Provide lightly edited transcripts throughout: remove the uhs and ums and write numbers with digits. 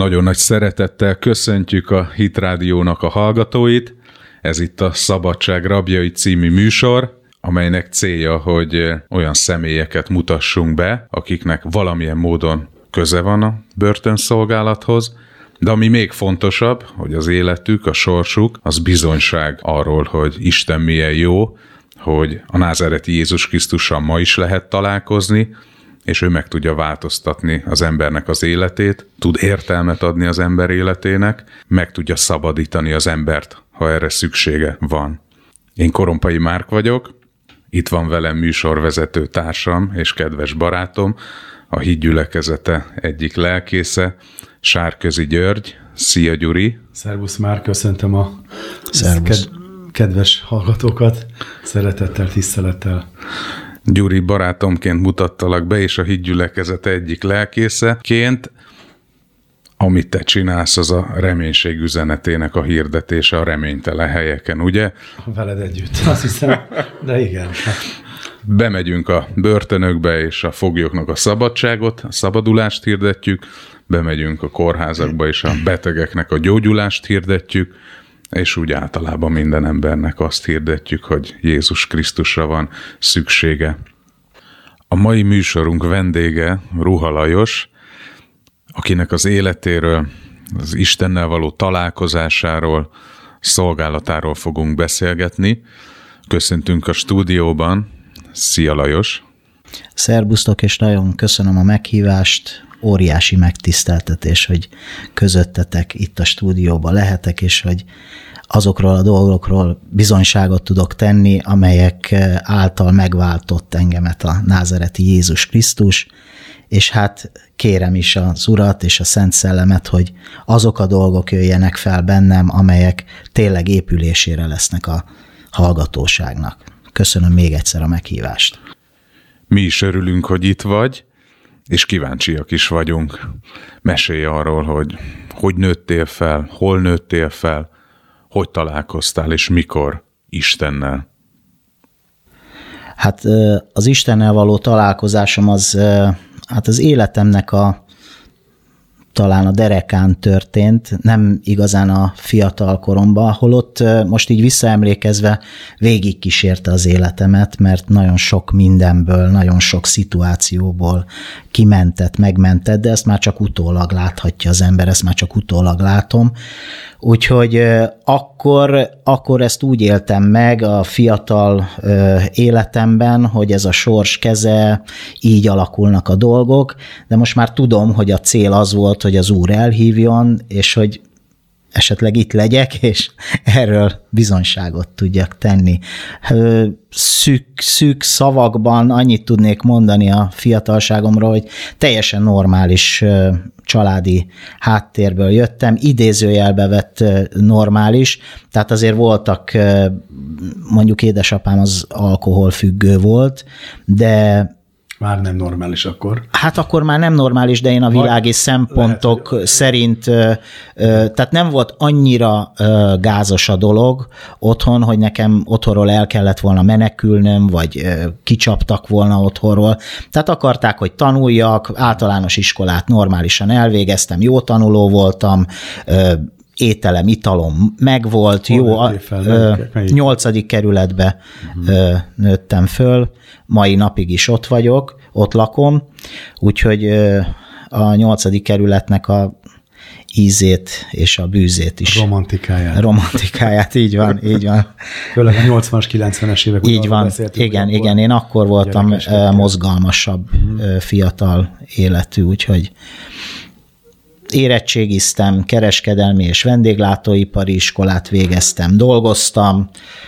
Nagyon nagy szeretettel köszöntjük a Hit Rádiónak a hallgatóit. Ez itt a Szabadság rabjai című műsor, amelynek célja, hogy olyan személyeket mutassunk be, akiknek valamilyen módon köze van a börtönszolgálathoz, de ami még fontosabb, hogy az életük, a sorsuk, az bizonyság arról, hogy Isten milyen jó, hogy a názáreti Jézus Krisztussal ma is lehet találkozni, és ő meg tudja változtatni az embernek az életét, tud értelmet adni az ember életének, meg tudja szabadítani az embert, ha erre szüksége van. Én Korompai Márk vagyok, itt van velem műsorvezető társam és kedves barátom, a Hit Gyülekezete egyik lelkésze, Sárközi György. Szia, Gyuri! Szervusz, Márk, köszöntöm a kedves hallgatókat, szeretettel, tisztelettel. Gyuri, barátomként mutattalak be, és a Hit Gyülekezete egyik lelkészeként. Amit te csinálsz, az a reménység üzenetének a hirdetése a reménytelen helyeken, ugye? Veled együtt, azt hiszem, de igen. Bemegyünk a börtönökbe, és a foglyoknak a szabadságot, a szabadulást hirdetjük, bemegyünk a kórházakba, és a betegeknek a gyógyulást hirdetjük, és úgy általában minden embernek azt hirdetjük, hogy Jézus Krisztusra van szüksége. A mai műsorunk vendége Ruha Lajos, akinek az életéről, az Istennel való találkozásáról, szolgálatáról fogunk beszélgetni. Köszöntünk a stúdióban. Szia, Lajos! Szerbusztok, és nagyon köszönöm a meghívást. Óriási megtiszteltetés, hogy közöttetek itt a stúdióban lehetek, és hogy azokról a dolgokról bizonyságot tudok tenni, amelyek által megváltott engemet a názáreti Jézus Krisztus, és hát kérem is az Urat és a Szent Szellemet, hogy azok a dolgok jöjjenek fel bennem, amelyek tényleg épülésére lesznek a hallgatóságnak. Köszönöm még egyszer a meghívást. Mi is örülünk, hogy itt vagy, és kíváncsiak is vagyunk. Mesélj arról, hogy nőttél fel, hol nőttél fel, hogy találkoztál, és mikor Istennel. Hát az Istennel való találkozásom az életemnek talán a derekán történt, nem igazán a fiatal koromban, holott most így visszaemlékezve végigkísérte az életemet, mert nagyon sok mindenből, nagyon sok szituációból kimentett, megmentett, de ezt már csak utólag láthatja az ember, ezt már csak utólag látom. Úgyhogy akkor ezt úgy éltem meg a fiatal életemben, hogy ez a sors keze, így alakulnak a dolgok, de most már tudom, hogy a cél az volt, hogy az Úr elhívjon, és hogy esetleg itt legyek, és erről bizonyságot tudjak tenni. Szűk szavakban annyit tudnék mondani a fiatalságomról, hogy teljesen normális családi háttérből jöttem, idézőjelbe vett normális, tehát azért voltak, mondjuk édesapám az alkoholfüggő volt, de már nem normális akkor. Hát akkor már nem normális, de én a világi szempontok lehet, szerint, tehát nem volt annyira gázos a dolog otthon, hogy nekem otthonról el kellett volna menekülnöm, vagy kicsaptak volna otthonról. Tehát akarták, hogy tanuljak, általános iskolát normálisan elvégeztem, jó tanuló voltam, ételem, italom megvolt, jó, 8. kerületbe nőttem föl, mai napig is ott vagyok, ott lakom, úgyhogy a 8. kerületnek a ízét és a bűzét is. Romantikáját, így van. Főleg a 80-as, 90-es évek így van, igen, én akkor voltam mozgalmasabb, fiatal életű, úgyhogy érettségiztem, kereskedelmi és vendéglátóipari iskolát végeztem, dolgoztam,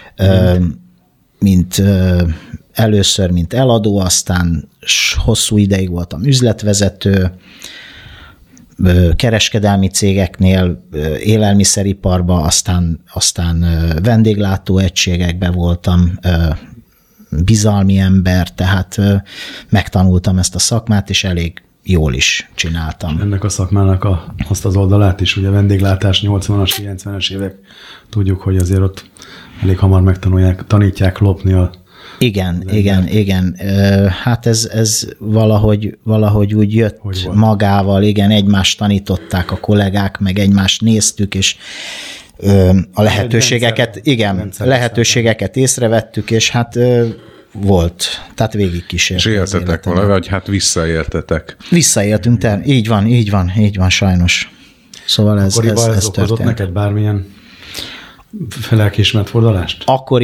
először mint eladó, aztán hosszú ideig voltam üzletvezető, kereskedelmi cégeknél, élelmiszeriparban, aztán vendéglátóegységekben voltam, bizalmi ember, tehát megtanultam ezt a szakmát, és elég jól is csináltam. Ennek a szakmának azt az oldalát is, ugye vendéglátás 80-as, 90-es évek, tudjuk, hogy azért ott elég hamar tanítják lopni Igen. Hát ez valahogy úgy jött magával, igen, egymást tanították a kollégák, meg egymást néztük, és a lehetőségeket észrevettük, és hát volt, tehát végigkísértük. És éltetek valahogy, vagy hát visszaéltetek? Visszaéltünk, így van, sajnos. Szóval ez okozott neked bármilyen lelkiismeret fordulást?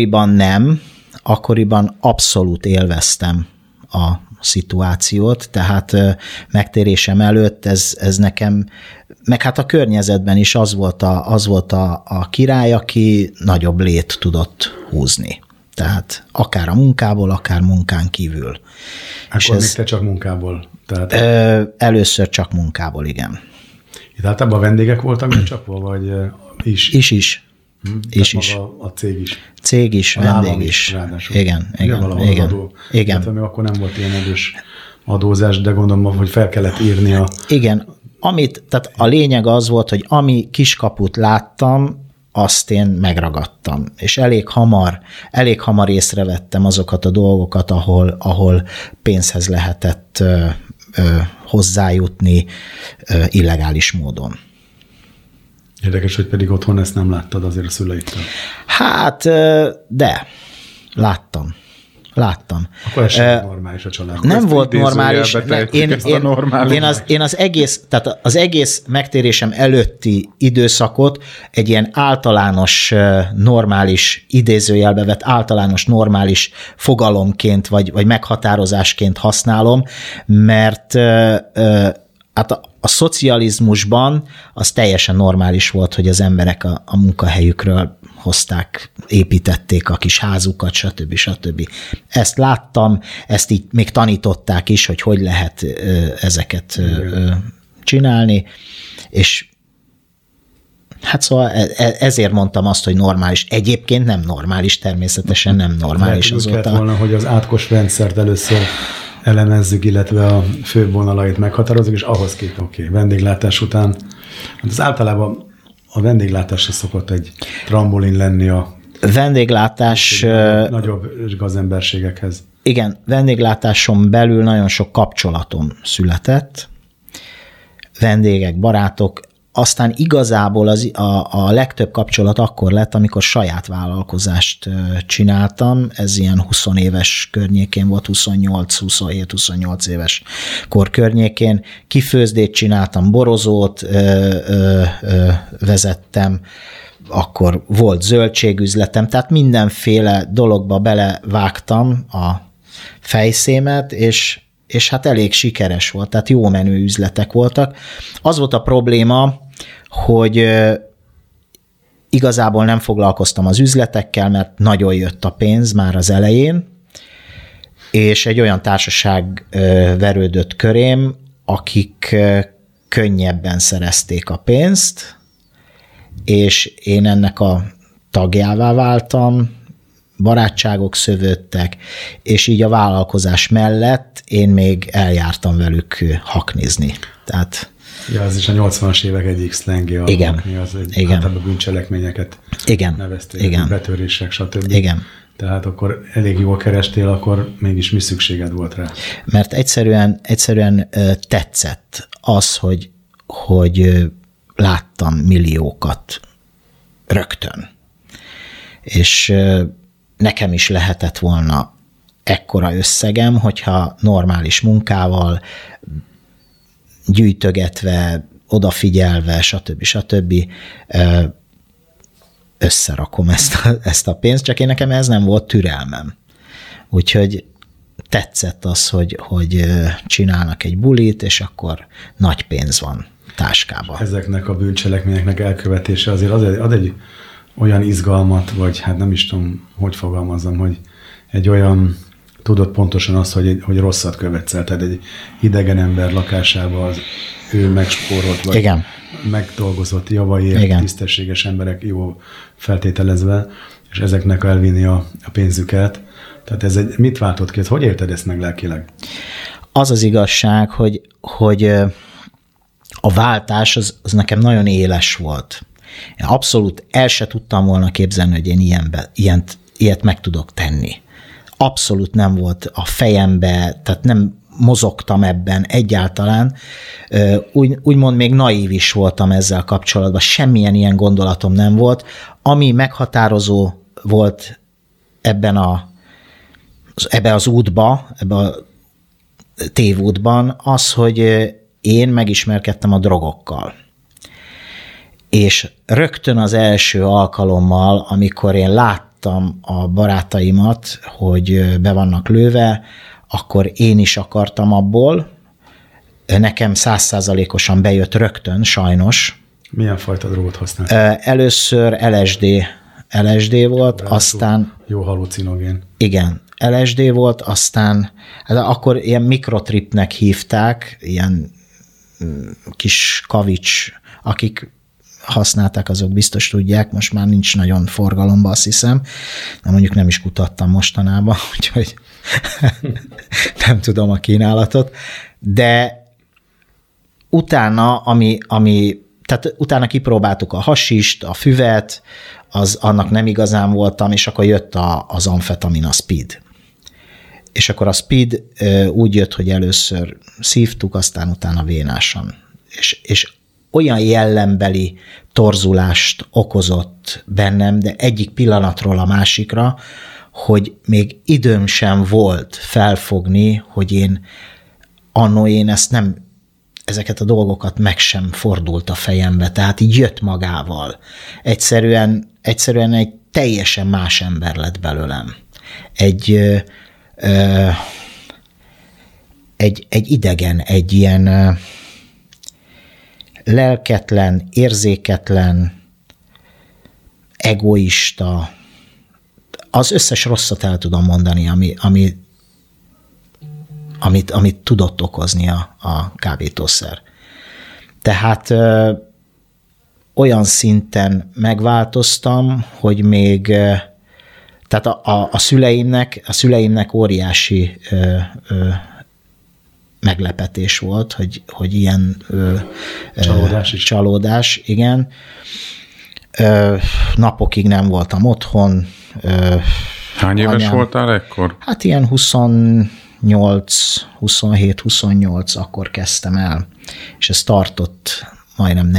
Akkoriban abszolút élveztem a szituációt, tehát megtérésem előtt ez nekem, meg hát a környezetben is az volt a király, aki nagyobb lét tudott húzni. Tehát akár a munkából, akár munkán kívül. Akkor még te csak munkából? Tehát... Először csak munkából, igen. Itt általában a vendégek voltak becsapva, vagy is? Is. Maga a cég is. Cég is, vendég is. Igen. Igen. Még akkor nem volt ilyen erős adózás, de gondolom, hogy fel kellett írni a... Igen. Tehát a lényeg az volt, hogy ami kiskaput láttam, azt én megragadtam. És elég hamar észrevettem azokat a dolgokat, ahol pénzhez lehetett hozzájutni illegális módon. Érdekes, hogy pedig otthon ezt nem láttad azért a szüleitől. Hát, de láttam. Akkor ez sem normális a családban. Nem volt normális. Én az egész megtérésem előtti időszakot egy ilyen általános, normális, idézőjelbe vett általános, normális fogalomként vagy meghatározásként használom, mert hát a szocializmusban az teljesen normális volt, hogy az emberek a munkahelyükről hozták, építették a kis házukat, stb. Ezt láttam, ezt így még tanították is, hogy lehet ezeket csinálni, és hát szóval ezért mondtam azt, hogy normális. Egyébként nem normális, természetesen nem normális azóta. Lehet volna, hogy az átkos rendszert először elemezzük, illetve a fő vonalait meghatározunk, és ahhoz vendéglátás után. Az általában a vendéglátás is szokott egy trambolin lenni a vendéglátás nagyobb gazemberségekhez. Igen, vendéglátáson belül nagyon sok kapcsolatom született, vendégek, barátok, aztán igazából a legtöbb kapcsolat akkor lett, amikor saját vállalkozást csináltam, ez ilyen 20 éves környékén volt, 27-28 éves kor környékén. Kifőzdét csináltam, borozót vezettem, akkor volt zöldségüzletem, tehát mindenféle dologba belevágtam a fejszémet, és hát elég sikeres volt, tehát jó menő üzletek voltak. Az volt a probléma, hogy igazából nem foglalkoztam az üzletekkel, mert nagyon jött a pénz már az elején, és egy olyan társaság verődött körém, akik könnyebben szerezték a pénzt, és én ennek a tagjává váltam, barátságok szövődtek, és így a vállalkozás mellett én még eljártam velük haknizni. Tehát... Ja, ez is a 80-as évek egyik szlengje. Igen. Általában bűncselekményeket nevezték, betörések, stb. Igen. Tehát akkor elég jól kerestél, akkor mégis mi szükséged volt rá? Mert egyszerűen tetszett az, hogy láttam milliókat rögtön. És nekem is lehetett volna ekkora összegem, hogyha normális munkával, gyűjtögetve, odafigyelve, stb. Összerakom ezt a pénzt, csak nekem ez nem volt türelmem. Úgyhogy tetszett az, hogy csinálnak egy bulit, és akkor nagy pénz van táskában. Ezeknek a bűncselekményeknek elkövetése azért ad egy olyan izgalmat, vagy hát nem is tudom, hogy fogalmazzam, hogy egy olyan, tudod pontosan azt, hogy rosszat követsz el, tehát egy idegen ember lakásába az ő megspórolt, vagy igen, megdolgozott javaiért, igen, tisztességes emberek jó feltételezve, és ezeknek elvinni a pénzüket. Tehát mit váltott ki? Hogy érted ezt meg lelkileg? Az az igazság, hogy a váltás az nekem nagyon éles volt. Én abszolút el se tudtam volna képzelni, hogy én ilyet meg tudok tenni. abszolút nem volt a fejembe, tehát nem mozogtam ebben egyáltalán. Úgymond még naív is voltam ezzel kapcsolatban, semmilyen ilyen gondolatom nem volt. Ami meghatározó volt ebbe az útba, ebbe a tévútban, az, hogy én megismerkedtem a drogokkal. És rögtön az első alkalommal, amikor én láttam a barátaimat, hogy be vannak lőve, akkor én is akartam abból. Nekem 100%-osan bejött rögtön, sajnos. Milyen fajta drogot használtál? Először LSD volt, aztán... Jó halucinogén. Igen, LSD volt, aztán hát akkor ilyen mikrotripnek hívták, ilyen kis kavics, akik használták, azok biztos tudják, most már nincs nagyon forgalomban, azt hiszem, de mondjuk nem is kutattam mostanában, úgyhogy nem tudom a kínálatot, de utána, tehát utána kipróbáltuk a hasist, a füvet, annak nem igazán voltam, és akkor jött az amfetamin, a speed. És akkor a speed úgy jött, hogy először szívtuk, aztán utána vénásan. És olyan jellembeli torzulást okozott bennem, de egyik pillanatról a másikra, hogy még időm sem volt felfogni, hogy én ezt nem, ezeket a dolgokat meg sem fordult a fejembe, tehát így jött magával. Egyszerűen egy teljesen más ember lett belőlem. Egy idegen, egy ilyen lelketlen, érzéketlen, egoista, az összes rosszat el tudom mondani, amit tudott okozni a kábítószer. Tehát olyan szinten megváltoztam, hogy még tehát a szüleimnek óriási meglepetés volt, hogy ilyen csalódás, igen. Napokig nem voltam otthon. Hány éves voltál ekkor? Hát ilyen 27-28, akkor kezdtem el, és ez tartott majdnem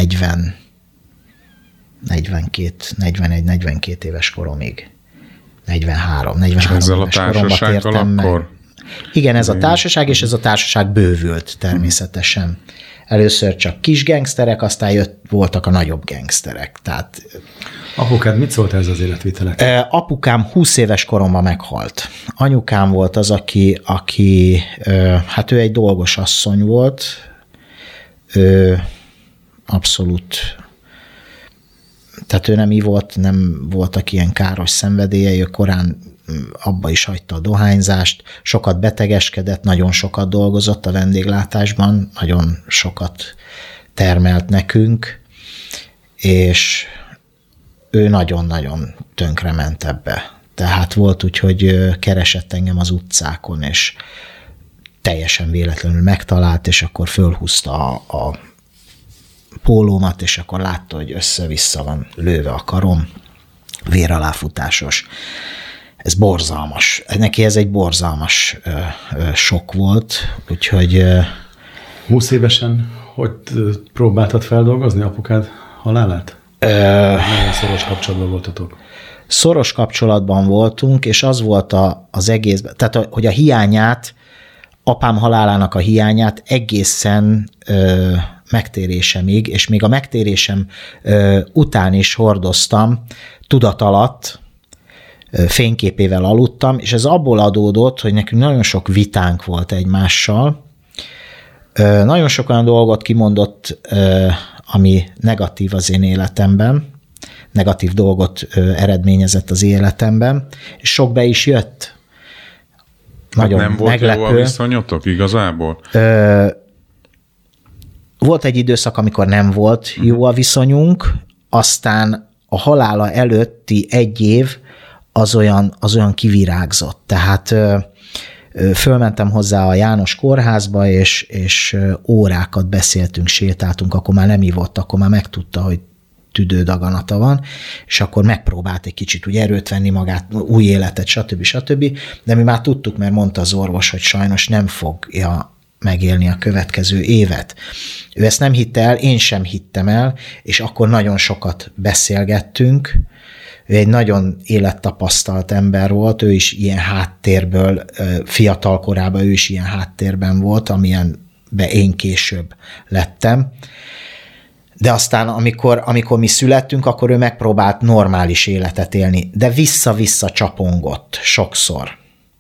41-42 éves koromig. 43 ezzel a éves koromba társasággal akkor? meg. Igen, ez a társaság, és ez a társaság bővült természetesen. Először csak kis gengszterek, aztán voltak a nagyobb gengszterek. Tehát, apukád mit szólt ez az életvitelek? Apukám 20 éves koromban meghalt. Anyukám volt az, aki hát ő egy dolgos asszony volt, abszolút, tehát ő nem ivott, nem voltak ilyen káros szenvedélyei, ő korán abba is hagyta a dohányzást, sokat betegeskedett, nagyon sokat dolgozott a vendéglátásban, nagyon sokat termelt nekünk, és ő nagyon-nagyon tönkrement ebbe. Tehát volt úgy, hogy keresett engem az utcákon, és teljesen véletlenül megtalált, és akkor fölhúzta a pólómat, és akkor látta, hogy össze-vissza van lőve a karom, véraláfutásos. Ez borzalmas. Neki ez egy borzalmas sok volt, úgyhogy... 20 évesen hogy próbáltad feldolgozni apukád halálát? Nagyon szoros kapcsolatban voltatok. Szoros kapcsolatban voltunk, és az volt az egész, tehát hogy a hiányát, apám halálának a hiányát egészen megtérésemig, és még a megtérésem után is hordoztam, tudat alatt, fényképével aludtam, és ez abból adódott, hogy nekünk nagyon sok vitánk volt egymással. Nagyon sok olyan dolgot kimondott, ami negatív az én életemben, negatív dolgot eredményezett az életemben, és sok be is jött. Nagyon nem volt meglepő. jó a viszonyotok igazából? Volt egy időszak, amikor nem volt jó a viszonyunk, aztán a halála előtti egy év az olyan kivirágzott. Tehát fölmentem hozzá a János kórházba, és órákat beszéltünk, sétáltunk, akkor már nem ivott, akkor már megtudta, hogy tüdődaganata van, és akkor megpróbált egy kicsit úgy erőt venni magát, új életet, stb. De mi már tudtuk, mert mondta az orvos, hogy sajnos nem fogja megélni a következő évet. Ő ezt nem hitte el, én sem hittem el, és akkor nagyon sokat beszélgettünk. Ő egy nagyon élettapasztalt ember volt, ő is ilyen háttérből, fiatal korában ő is ilyen háttérben volt, amilyenben én később lettem. De aztán, amikor mi születtünk, akkor ő megpróbált normális életet élni, de vissza-vissza csapongott sokszor.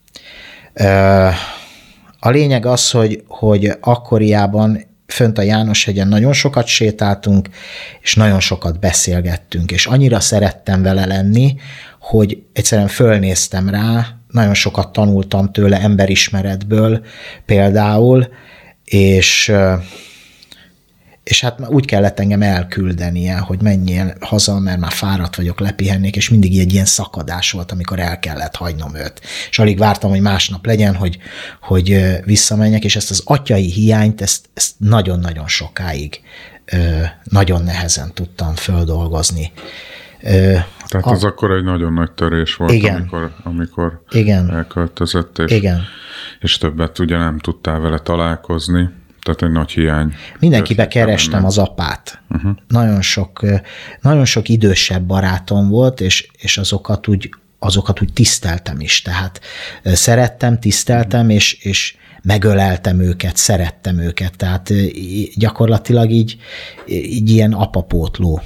A lényeg az, hogy akkoriában fönt a Jánoshegyen nagyon sokat sétáltunk, és nagyon sokat beszélgettünk, és annyira szerettem vele lenni, hogy egyszerűen fölnéztem rá, nagyon sokat tanultam tőle emberismeretből például, és hát úgy kellett engem elküldenie, hogy menjél haza, mert már fáradt vagyok, lepihennék, és mindig egy ilyen szakadás volt, amikor el kellett hagynom őt. És alig vártam, hogy másnap legyen, hogy visszamenjek, és ezt az atyai hiányt, ezt nagyon-nagyon sokáig, nagyon nehezen tudtam földolgozni. Tehát az akkor egy nagyon nagy törés volt, igen, amikor igen, elköltözött, és többet ugye nem tudtál vele találkozni. Tehát egy nagy hiány. Mindenkibe kerestem az apát. Uh-huh. Nagyon sok idősebb barátom volt, és azokat úgy tiszteltem is. Tehát szerettem, tiszteltem, és megöleltem őket, szerettem őket. Tehát gyakorlatilag így ilyen apapótlóként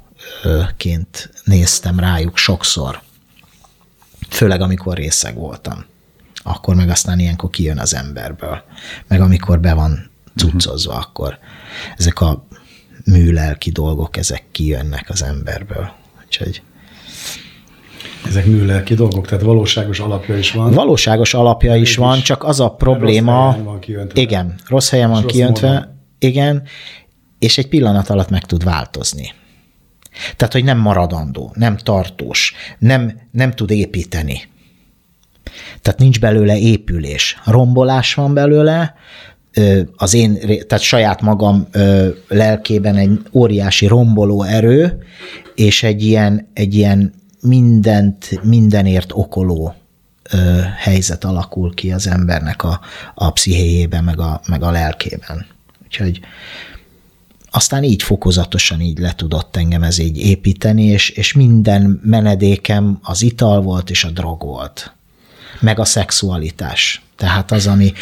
néztem rájuk sokszor. Főleg, amikor részeg voltam. Akkor meg aztán ilyenkor kijön az emberből. Meg amikor be van cuccozva, akkor ezek a műlelki dolgok, ezek kijönnek az emberből. Úgyhogy... Ezek műlelki dolgok, tehát valóságos alapja is van. Valóságos alapja is van, csak az a probléma... Rossz helyen van kijöntve. Igen, rossz helyen van kijöntve, igen, és egy pillanat alatt meg tud változni. Tehát, hogy nem maradandó, nem tartós, nem tud építeni. Tehát nincs belőle épülés. Rombolás van belőle, tehát saját magam lelkében egy óriási romboló erő, és egy ilyen mindenért okoló helyzet alakul ki az embernek a pszichéjében, meg a lelkében. Úgyhogy aztán így fokozatosan így le tudott engem ez így építeni, és minden menedékem az ital volt, és a drog volt. Meg a szexualitás. Tehát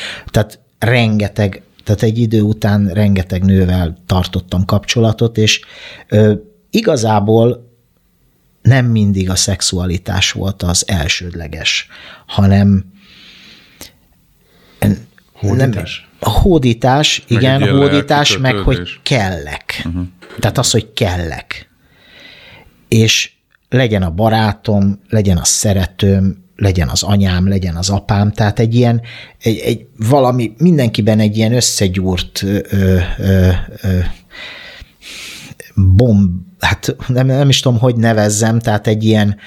tehát egy idő után rengeteg nővel tartottam kapcsolatot, és igazából nem mindig a szexualitás volt az elsődleges, hanem hódítás? A hódítás, meg igen, hódítás, meg hogy kellek. Uh-huh. Tehát az, hogy kellek. És legyen a barátom, legyen a szeretőm, legyen az anyám, legyen az apám, tehát egy ilyen, valami, mindenkiben egy ilyen összegyúrt hát nem is tudom, hogy nevezzem, tehát egy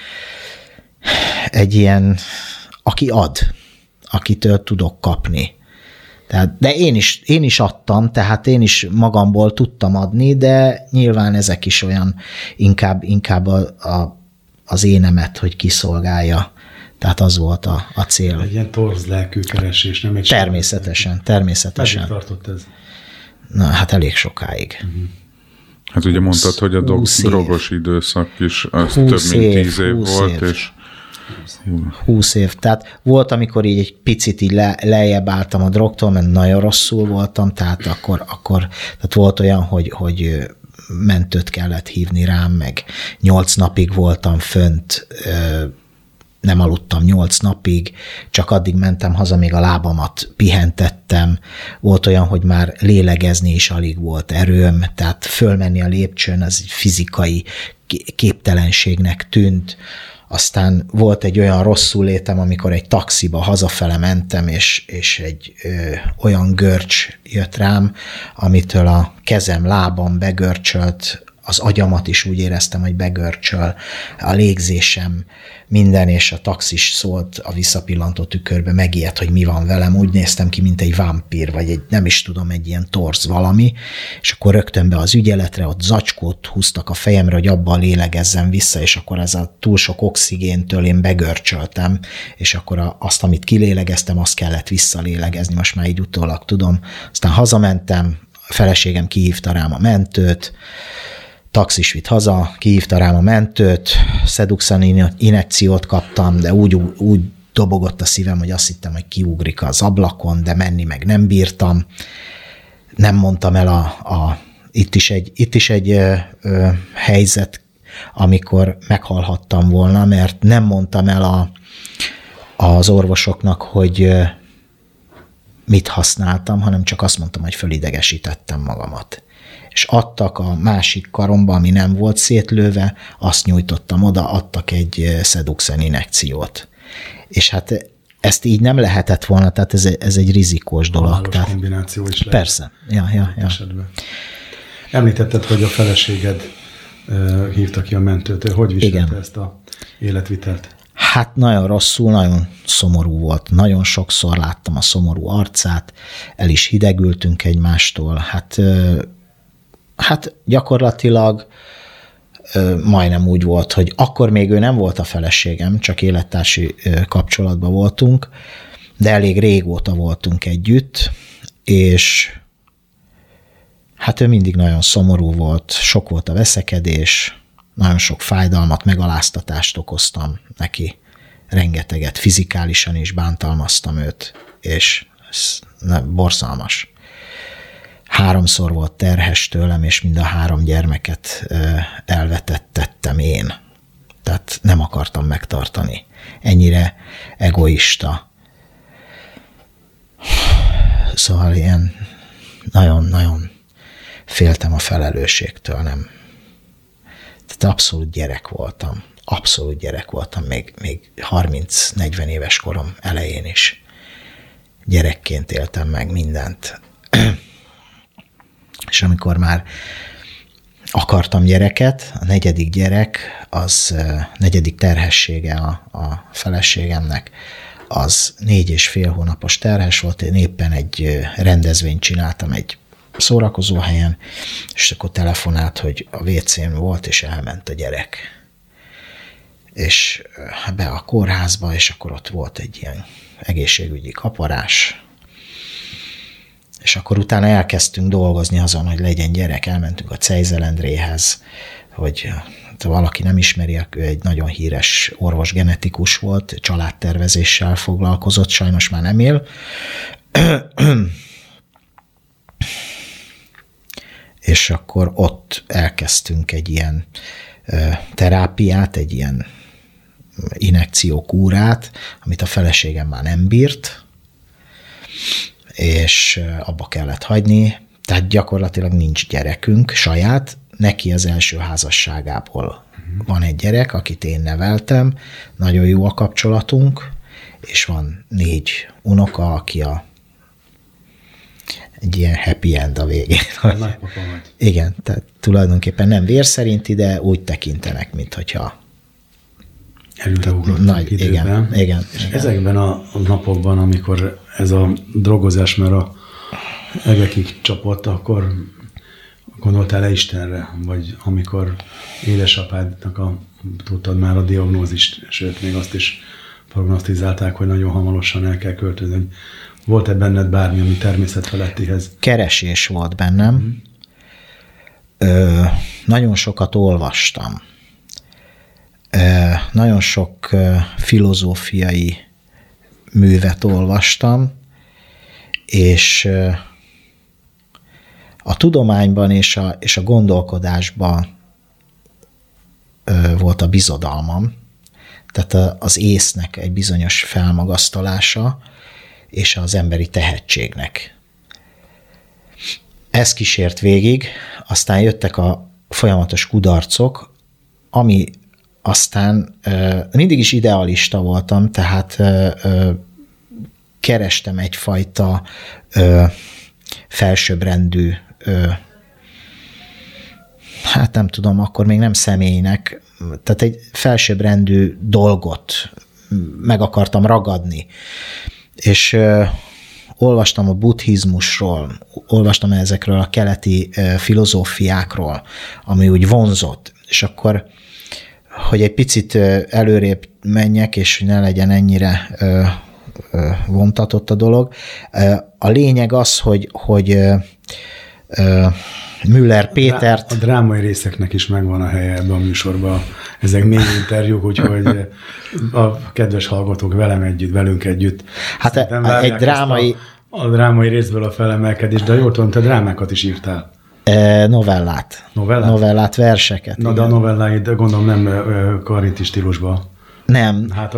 ilyen, aki ad, akitől tudok kapni. Tehát, de én is adtam, tehát én is magamból tudtam adni, de nyilván ezek is olyan inkább az énemet, hogy kiszolgálja. Tehát az volt a cél. Egy ilyen torz lelkű keresés, nem egy természetesen. Meddig tartott ez? Na, hát elég sokáig. Uh-huh. Hát ugye mondtad, hogy a drogos időszak is az több mint 10 év volt, és 20 év. Tehát volt, amikor így egy picit így lejjebb álltam a drogtól, mert nagyon rosszul voltam, tehát akkor volt olyan, hogy mentőt kellett hívni rám, meg 8 napig voltam fönt, nem aludtam 8 napig, csak addig mentem haza, még a lábamat pihentettem. Volt olyan, hogy már lélegezni is alig volt erőm, tehát fölmenni a lépcsőn az egy fizikai képtelenségnek tűnt. Aztán volt egy olyan rosszul létem, amikor egy taxiba hazafele mentem, és egy olyan görcs jött rám, amitől a kezem, lábam begörcsölt, az agyamat is úgy éreztem, hogy begörcsöl, a légzésem, minden, és a taxis szólt a visszapillantó tükörbe, megijedt, hogy mi van velem, úgy néztem ki, mint egy vámpír, vagy egy, nem is tudom, egy ilyen torz valami, és akkor rögtön be az ügyeletre, ott zacskót húztak a fejemre, hogy abban lélegezzem vissza, és akkor ez a túl sok oxigéntől én begörcsöltem, és akkor azt, amit kilélegeztem, azt kellett visszalélegezni, most már így utólag tudom. Aztán hazamentem, a feleségem kihívta rám a mentőt, taxis vitt haza, kihívta rám a mentőt, Seduxan injekciót kaptam, de úgy dobogott a szívem, hogy azt hittem, hogy kiugrik az ablakon, de menni meg nem bírtam. Nem mondtam el itt is egy helyzet, amikor meghalhattam volna, mert nem mondtam el az orvosoknak, hogy mit használtam, hanem csak azt mondtam, hogy fölidegesítettem magamat. És adtak a másik karomba, ami nem volt szétlőve, azt nyújtottam oda, adtak egy Seduxan injekciót. És hát ezt így nem lehetett volna, tehát ez egy rizikós dolog. Tehát kombináció is lehet. Persze. Ja. Esetben. Említetted, hogy a feleséged hívta ki a mentőt. Hogy viselte ezt a életvitelt? Hát nagyon rosszul, nagyon szomorú volt. Nagyon sokszor láttam a szomorú arcát, el is hidegültünk egymástól. Hát gyakorlatilag majdnem úgy volt, hogy akkor még ő nem volt a feleségem, csak élettársi kapcsolatban voltunk, de elég régóta voltunk együtt, és hát ő mindig nagyon szomorú volt, sok volt a veszekedés, nagyon sok fájdalmat, megaláztatást okoztam neki, rengeteget, fizikálisan is bántalmaztam őt, és ez borzalmas. 3-szor volt terhes tőlem, és mind a 3 gyermeket elvetettem én. Tehát nem akartam megtartani. Ennyire egoista. Szóval ilyen nagyon-nagyon féltem a felelősségtől, nem. Tehát abszolút gyerek voltam, még 30-40 éves korom elején is. Gyerekként éltem meg mindent. És amikor már akartam gyereket, a 4. gyerek, az 4. terhessége a feleségemnek, az 4,5 hónapos terhes volt, én éppen egy rendezvényt csináltam egy szórakozó helyen, és akkor telefonált, hogy a WC-n volt, és elment a gyerek. És be a kórházba, és akkor ott volt egy ilyen egészségügyi kaparás, és akkor utána elkezdtünk dolgozni azon, hogy legyen gyerek, elmentünk a Cejzelendréhez, hogy valaki nem ismeri, ő egy nagyon híres orvos-genetikus volt, családtervezéssel foglalkozott, sajnos már nem él. És akkor ott elkezdtünk egy ilyen terápiát, egy ilyen injekciókúrát, amit a feleségem már nem bírt, és abba kellett hagyni, tehát gyakorlatilag nincs gyerekünk saját, neki az első házasságából van egy gyerek, akit én neveltem, nagyon jó a kapcsolatunk, és van 4 unoka, aki egy ilyen happy end a végén. Nagypapa vagy. Igen, tehát tulajdonképpen nem vér szerinti, de úgy tekintenek, minthogyha előreugrottak időben. Igen. És ezekben a napokban, amikor ez a drogozás már a egekig csapott, akkor gondoltál-e Istenre? Vagy amikor édesapádnak tudtad már a diagnózist, sőt, még azt is prognosztizálták, hogy nagyon hamarosan el kell költözni. Volt-e benned bármi, ami természetfelettihez? Keresés volt bennem. Nagyon sokat olvastam. Nagyon sok filozófiai művet olvastam, és a tudományban és a gondolkodásban volt a bizodalmam, tehát az észnek egy bizonyos felmagasztalása, és az emberi tehetségnek. Ez kísért végig, aztán jöttek a folyamatos kudarcok, ami aztán mindig is idealista voltam, tehát kerestem egyfajta felsőbbrendű hát nem tudom, akkor még nem személynek, tehát egy felsőbbrendű dolgot meg akartam ragadni. És olvastam a buddhizmusról, olvastam ezekről a keleti filozófiákról, ami úgy vonzott, és akkor, hogy egy picit előrébb menjek, és ne legyen ennyire vontatott a dolog. A lényeg az, hogy Müller Pétert... A drámai részeknek is megvan a helye ebben a műsorban. Ezek mély interjúk, úgyhogy a kedves hallgatók velünk együtt. Hát egy drámai... A drámai részből a felemelkedés, de jól tudom, te drámákat is írtál. Novellát. Novellát, verseket. Na, de a novelláid gondolom nem karinti stílusban. Nem. Hát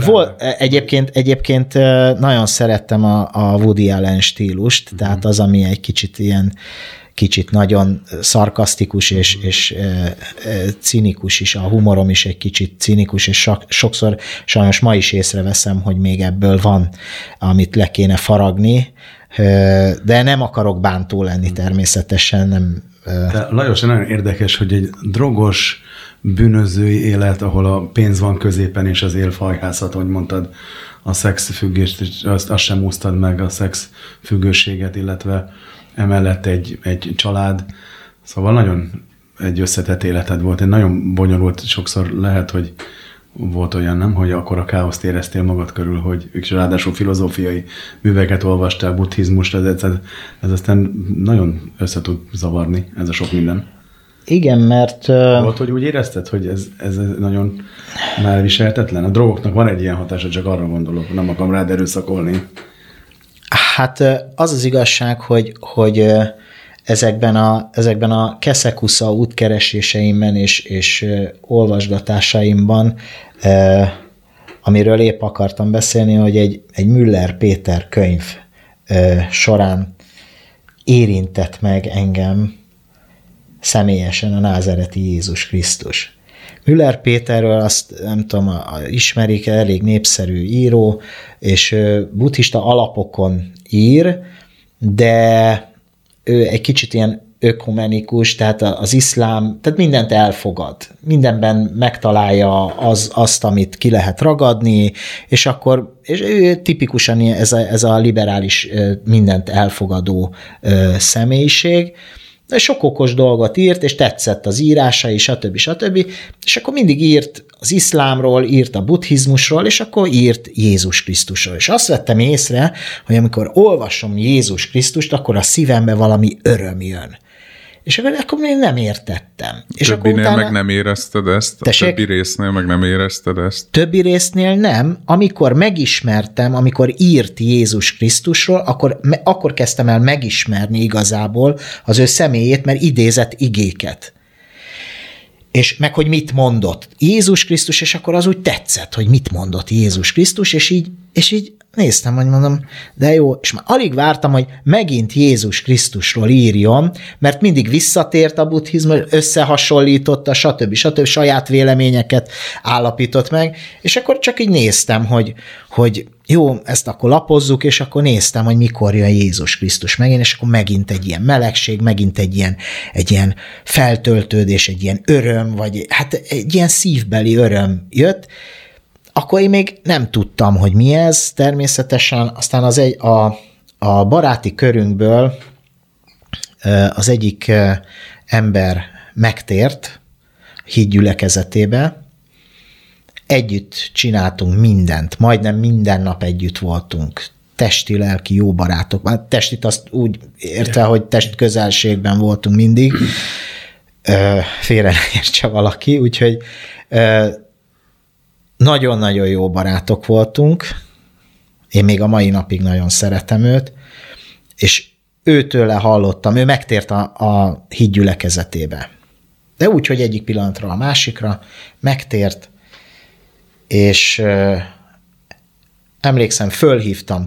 egyébként nagyon szerettem a Woody Allen stílust, tehát az, ami egy kicsit nagyon szarkasztikus és cinikus is, a humorom is egy kicsit cinikus, és sokszor sajnos ma is észreveszem, hogy még ebből van, amit le kéne faragni, de nem akarok bántó lenni természetesen. Nem. De Lajos, nagyon érdekes, hogy egy drogos, bűnözői élet, ahol a pénz van középen, és az élfajhászat, ahogy mondtad, a szexfüggést, azt sem úsztad meg, a szexfüggőséget, illetve emellett egy család. Szóval nagyon egy összetett életed volt. Egy nagyon bonyolult, sokszor lehet, hogy volt olyan, nem, hogy akkor a káoszt éreztél magad körül, hogy ráadásul filozófiai műveket olvastál, buddhizmust, ez aztán nagyon össze tud zavarni, ez a sok minden. Igen, mert... Volt, hogy úgy érezted, hogy ez nagyon már viselhetetlen? A drogoknak van egy ilyen hatása, csak arra gondolok, nem akarom rád erőszakolni. Hát az az igazság, hogy ezekben a keszekusza útkereséseimben és olvasgatásaimban, amiről épp akartam beszélni, hogy egy Müller Péter könyv során érintett meg engem személyesen a názáreti Jézus Krisztus. Müller Péterről azt nem tudom, ismerik, elég népszerű író, és buddhista alapokon ír, de ő egy kicsit ilyen ökumenikus, tehát az iszlám, tehát mindent elfogad. Mindenben megtalálja azt, amit ki lehet ragadni, és ő tipikusan ez a liberális, mindent elfogadó személyiség. Sok okos dolgot írt, és tetszett az írásai, stb. És akkor mindig írt az iszlámról, írt a buddhizmusról, és akkor írt Jézus Krisztusról. És azt vettem észre, hogy amikor olvasom Jézus Krisztust, akkor a szívembe valami öröm jön. És akkor még nem értettem. És többinél utána... meg nem érezted ezt? Tessék? A többi résznél meg nem érezted ezt? Többi résznél nem. Amikor megismertem, amikor írt Jézus Krisztusról, akkor kezdtem el megismerni igazából az ő személyét, mert idézett igéket. És meg, hogy mit mondott Jézus Krisztus, és akkor az úgy tetszett, hogy mit mondott Jézus Krisztus, és így néztem, hogy mondom, de jó, és már alig vártam, hogy megint Jézus Krisztusról írjon, mert mindig visszatért a buddhizmus, összehasonlította, stb. Saját véleményeket állapított meg, és akkor csak így néztem, hogy jó, ezt akkor lapozzuk, és akkor néztem, hogy mikor jön Jézus Krisztus megint, és akkor megint egy ilyen melegség, megint egy ilyen feltöltődés, egy ilyen öröm, vagy hát egy ilyen szívbeli öröm jött. Akkor én még nem tudtam, hogy mi ez természetesen, aztán a baráti körünkből az egyik ember megtért hídgyülekezetébe, együtt csináltunk mindent, majdnem minden nap együtt voltunk, testi-lelki jó barátok. Már testit azt úgy értve, hogy testközelségben voltunk mindig, félre ne értse valaki, úgyhogy nagyon-nagyon jó barátok voltunk, én még a mai napig nagyon szeretem őt, és őtőle hallottam, ő megtért a hídgyülekezetébe. De úgy, hogy egyik pillanatra a másikra megtért, és emlékszem, fölhívtam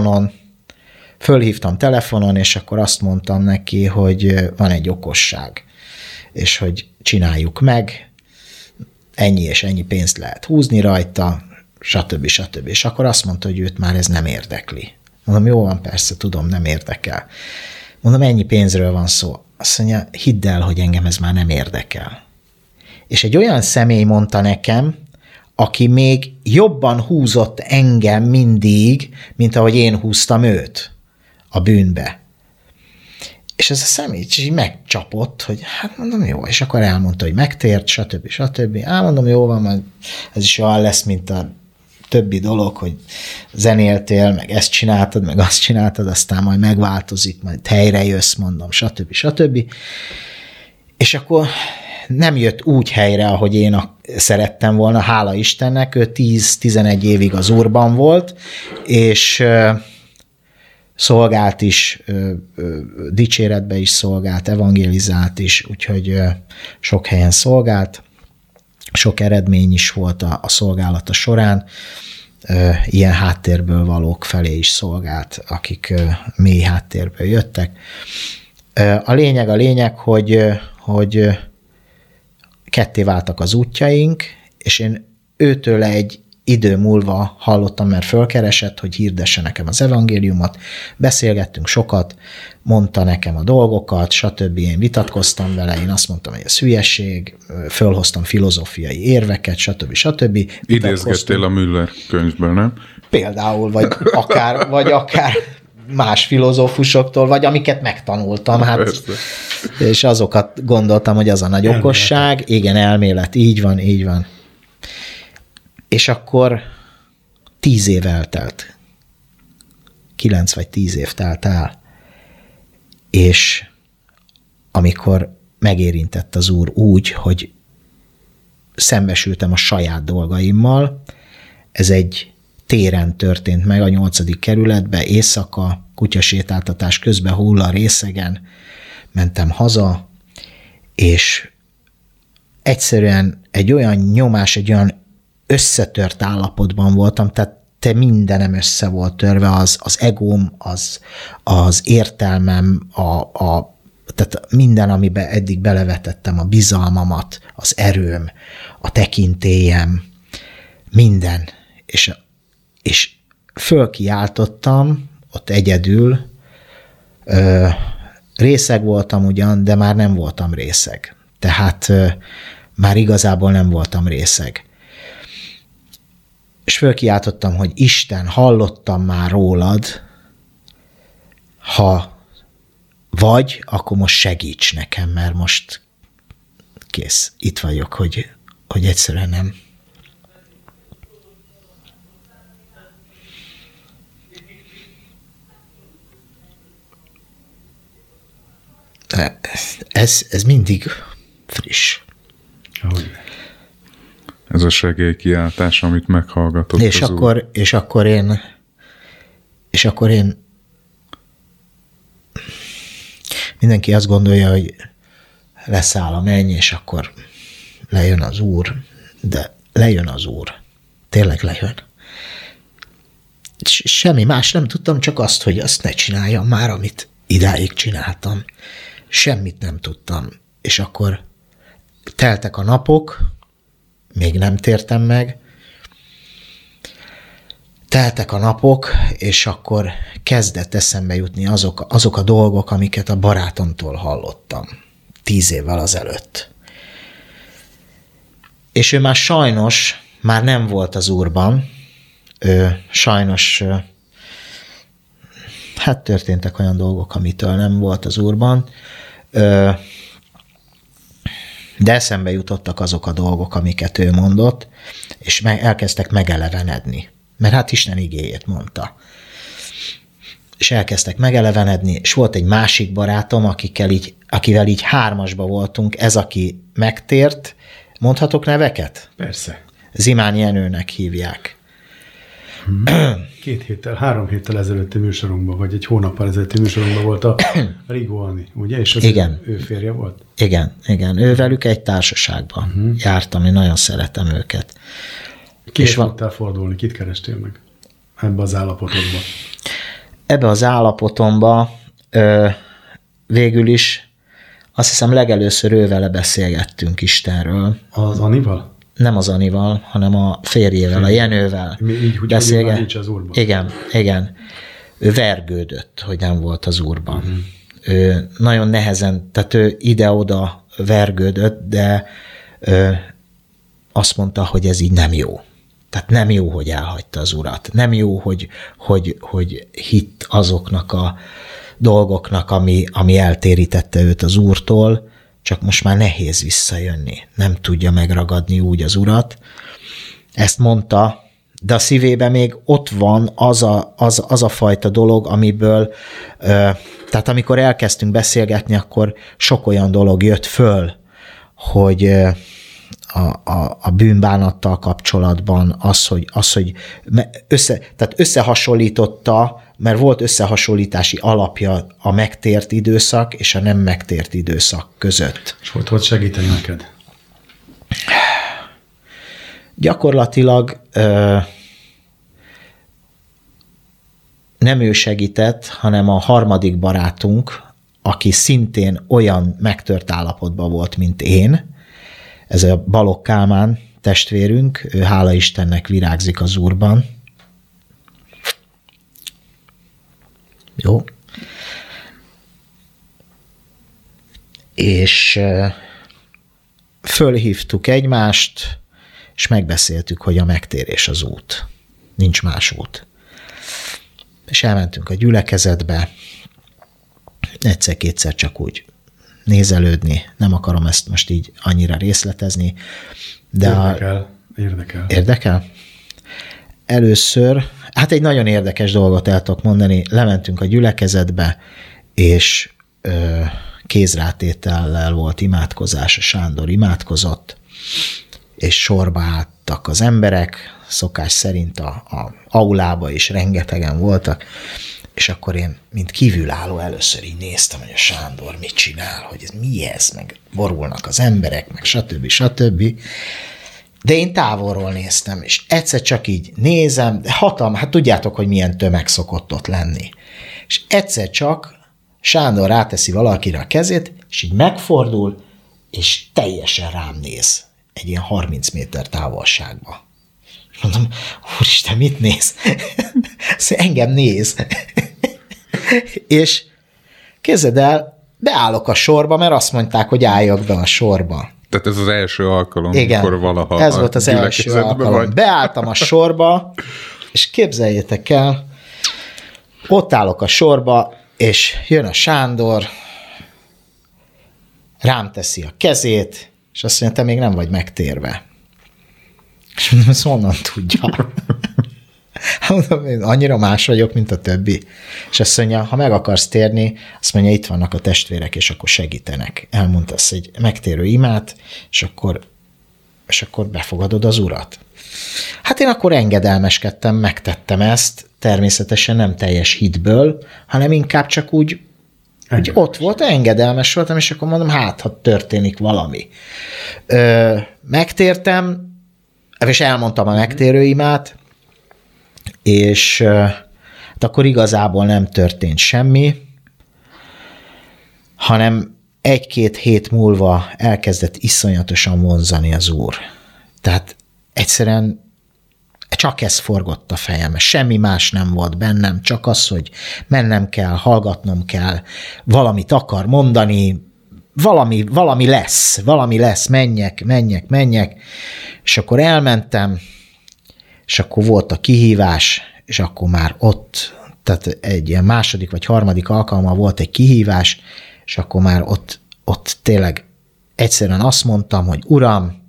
telefonon, és akkor azt mondtam neki, hogy van egy okosság, és hogy csináljuk meg, ennyi és ennyi pénzt lehet húzni rajta, stb. És akkor azt mondta, hogy őt már ez nem érdekli. Mondom, jó van, persze, tudom, nem érdekel. Mondom, ennyi pénzről van szó. azt mondja, hidd el, hogy engem ez már nem érdekel. És egy olyan személy mondta nekem, aki még jobban húzott engem mindig, mint ahogy én húztam őt a bűnbe. És ez a személy így megcsapott, hogy hát mondom, jó, és akkor elmondta, hogy megtért, stb. Mondom, jó van, majd ez is olyan lesz, mint a többi dolog, hogy zenéltél, meg ezt csináltad, meg azt csináltad, aztán majd megváltozik, majd helyre jössz, mondom, stb. És akkor nem jött úgy helyre, ahogy én szerettem volna, hála Istennek, ő 10-11 évig az Úrban volt, és szolgált is, dicséretbe is szolgált, evangelizált is, úgyhogy sok helyen szolgált, sok eredmény is volt a szolgálata során, ilyen háttérből valók felé is szolgált, akik mély háttérből jöttek. A lényeg, hogy ketté váltak az útjaink, és én őtől egy idő múlva hallottam, mert fölkeresett, hogy hirdesse nekem az evangéliumot, beszélgettünk sokat, mondta nekem a dolgokat, stb. Én vitatkoztam vele, én azt mondtam, hogy ez hülyeség, fölhoztam filozófiai érveket, stb. Idézgettél a Müller könyvből, nem? Például, vagy akár más filozófusoktól, vagy amiket megtanultam, hát, és azokat gondoltam, hogy az a nagy okosság, igen, elmélet, így van. És akkor 10 év eltelt. 9 vagy 10 év telt el. És amikor megérintett az Úr úgy, hogy szembesültem a saját dolgaimmal, ez egy téren történt meg a 8. kerületben, éjszaka, kutyasétáltatás közben hulla részegen, mentem haza, és egyszerűen egy olyan nyomás, egy olyan összetört állapotban voltam, tehát mindenem össze volt törve, az egóm, az értelmem, tehát minden, amiben eddig belevetettem, a bizalmamat, az erőm, a tekintélyem, minden. És fölkiáltottam ott egyedül, részeg voltam ugyan, de már nem voltam részeg. Tehát már igazából nem voltam részeg. És fölkiáltottam, hogy Isten, hallottam már rólad, ha vagy, akkor most segíts nekem, mert most kész, itt vagyok, hogy egyszerűen nem. Ez mindig friss. Ahogy. Ez a segélykiáltás, amit meghallgatott és akkor én mindenki azt gondolja, hogy leszáll a menny, és akkor lejön az Úr, de lejön az Úr. Tényleg lejön. Semmi más nem tudtam, csak azt, hogy azt ne csináljam már, amit idáig csináltam. Semmit nem tudtam. És akkor teltek a napok, még nem tértem meg, teltek a napok, és akkor kezdett eszembe jutni azok a dolgok, amiket a barátomtól hallottam 10 évvel azelőtt. És ő már sajnos már nem volt az Úrban, sajnos hát történtek olyan dolgok, amitől nem volt az Úrban, de eszembe jutottak azok a dolgok, amiket ő mondott, és elkezdtek megelevenedni. Mert hát Isten igéjét mondta. És elkezdtek megelevenedni, és volt egy másik barátom, akivel így 3-asba voltunk, ez, aki megtért. Mondhatok neveket? Persze. Zimán Jenőnek hívják. 3 héttel ezelőtti műsorunkban, vagy egy hónappal ezelőtti műsorunkban volt a Rigó Ani, ugye? És az igen. Ő férje volt? Igen. Ővelük egy társaságban jártam, én nagyon szeretem őket. Kihez tudtál fordulni? Kit kerestél meg ebbe az állapotodban? Ebbe az állapotomban végül is azt hiszem legelőször ővele beszélgettünk Istenről. Az Anival? Nem az Anival, hanem a férjével, a Jenővel. Így, hogy nincs az Úrban. Igen. Ő vergődött, hogy nem volt az Úrban. Ő nagyon nehezen, tehát ő ide-oda vergődött, de azt mondta, hogy ez így nem jó. Tehát nem jó, hogy elhagyta az urat. Nem jó, hogy hitt azoknak a dolgoknak, ami eltérítette őt az úrtól, csak most már nehéz visszajönni. Nem tudja megragadni úgy az urat. Ezt mondta, de a szívében még ott van az a fajta dolog, amiből, tehát amikor elkezdtünk beszélgetni, akkor sok olyan dolog jött föl, hogy a bűnbánattal kapcsolatban tehát összehasonlította, mert volt összehasonlítási alapja a megtért időszak és a nem megtért időszak között. És hogy tudod segíteni neked? Gyakorlatilag nem ő segített, hanem a harmadik barátunk, aki szintén olyan megtört állapotban volt, mint én. Ez a Balogh Kálmán testvérünk, ő hála Istennek virágzik az Úrban. Jó. És fölhívtuk egymást, és megbeszéltük, hogy a megtérés az út. Nincs más út. És elmentünk a gyülekezetbe, egyszer-kétszer csak úgy nézelődni. Nem akarom ezt most így annyira részletezni. De Érdekel. Érdekel? Először, hát egy nagyon érdekes dolgot el tudok mondani, lementünk a gyülekezetbe, és kézrátétellel volt imádkozás, a Sándor imádkozott, és sorba álltak az emberek, szokás szerint a aulába is rengetegen voltak, és akkor én, mint kívülálló először így néztem, hogy a Sándor mit csinál, hogy ez mi ez, meg borulnak az emberek, meg stb. De én távolról néztem, és egyszer csak így nézem, hát tudjátok, hogy milyen tömeg szokott ott lenni. És egyszer csak Sándor ráteszi valakire a kezét, és így megfordul, és teljesen rám néz, egy ilyen 30 méter távolságba. Mondom, úristen, mit néz? Engem néz. És képzeld el, beállok a sorba, mert azt mondták, hogy álljak be a sorba. Tehát ez az első alkalom, igen, amikor valaha ez volt az első alkalom. Vagy. Beálltam a sorba, és képzeljétek el, ott állok a sorba, és jön a Sándor, rám teszi a kezét, és azt mondja, te még nem vagy megtérve. És mondom, ezt honnan tudja? Mondom, én annyira más vagyok, mint a többi. És azt mondja, ha meg akarsz térni, azt mondja, itt vannak a testvérek, és akkor segítenek. Elmondtasz egy megtérő imát, és akkor befogadod az Urat. Hát én akkor engedelmeskedtem, megtettem ezt, természetesen nem teljes hitből, hanem inkább csak úgy ott volt, engedelmes voltam, és akkor mondom, hát, ha történik valami. Megtértem, és elmondtam a megtérő imát, és hát akkor igazából nem történt semmi, hanem 1-2 hét múlva elkezdett iszonyatosan vonzani az Úr. Tehát egyszerűen csak ez forgott a fejembe, semmi más nem volt bennem, csak az, hogy mennem kell, hallgatnom kell, valamit akar mondani, valami lesz, menjek, és akkor elmentem, és akkor volt a kihívás, és akkor már ott, tehát egy ilyen második vagy harmadik alkalommal volt egy kihívás, és akkor már ott tényleg egyszerűen azt mondtam, hogy Uram,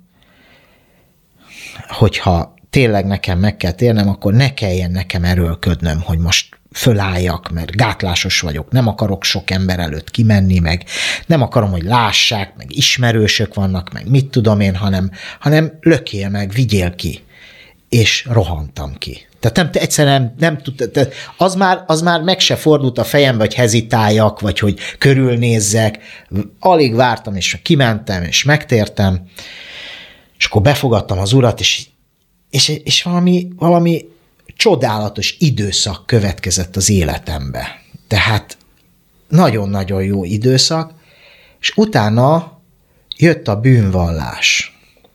hogyha tényleg nekem meg kell térnem, akkor ne kelljen nekem erőlködnöm, hogy most fölálljak, mert gátlásos vagyok, nem akarok sok ember előtt kimenni, meg nem akarom, hogy lássák, meg ismerősök vannak, meg mit tudom én, hanem lökjél meg, vigyél ki. És rohantam ki. Tehát egyszerűen nem tudtam, az már meg se fordult a fejembe, hogy hezitáljak, vagy hogy körülnézzek. Alig vártam, és kimentem, és megtértem, és akkor befogadtam az Urat, és valami csodálatos időszak következett az életembe. Tehát nagyon-nagyon jó időszak, és utána jött a bűnvallás.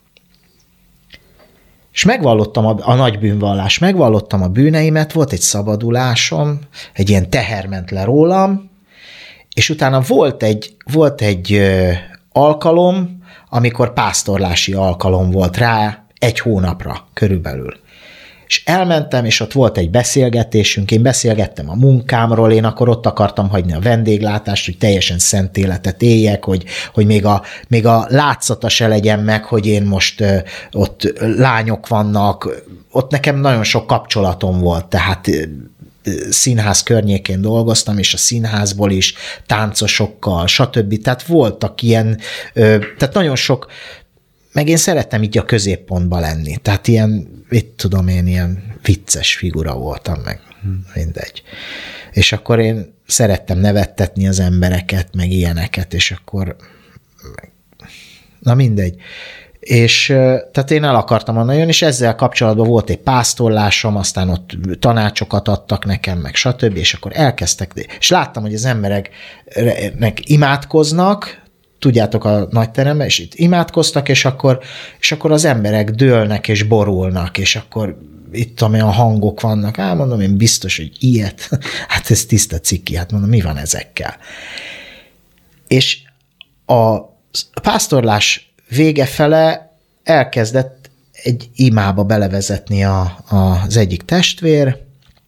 És megvallottam a nagy bűnvallás, megvallottam a bűneimet, volt egy szabadulásom, egy ilyen teher ment le rólam, És utána volt egy alkalom, amikor pásztorlási alkalom volt rá 1 hónapra körülbelül. És elmentem, és ott volt egy beszélgetésünk, én beszélgettem a munkámról, én akkor ott akartam hagyni a vendéglátást, hogy teljesen szent életet éljek, hogy még a látszata se legyen meg, hogy én most ott lányok vannak, ott nekem nagyon sok kapcsolatom volt, tehát színház környékén dolgoztam, és a színházból is táncosokkal, stb. Tehát voltak ilyen, tehát nagyon sok, meg én szerettem így a középpontba lenni. Tehát ilyen, ilyen vicces figura voltam, meg mindegy. És akkor én szerettem nevettetni az embereket, meg ilyeneket, és akkor na mindegy. És tehát én el akartam onnan jönni, és ezzel kapcsolatban volt egy pásztorlásom, aztán ott tanácsokat adtak nekem, meg stb., és akkor elkezdtek, és láttam, hogy az embereknek imádkoznak, tudjátok, a nagy teremben, és itt imádkoztak, és akkor az emberek dőlnek és borulnak, és akkor itt amilyen hangok vannak, mondom, én biztos, hogy ilyet, hát ez tiszta ciki, hát mondom, mi van ezekkel? És a pásztorlás vége fele elkezdett egy imába belevezetni az egyik testvér,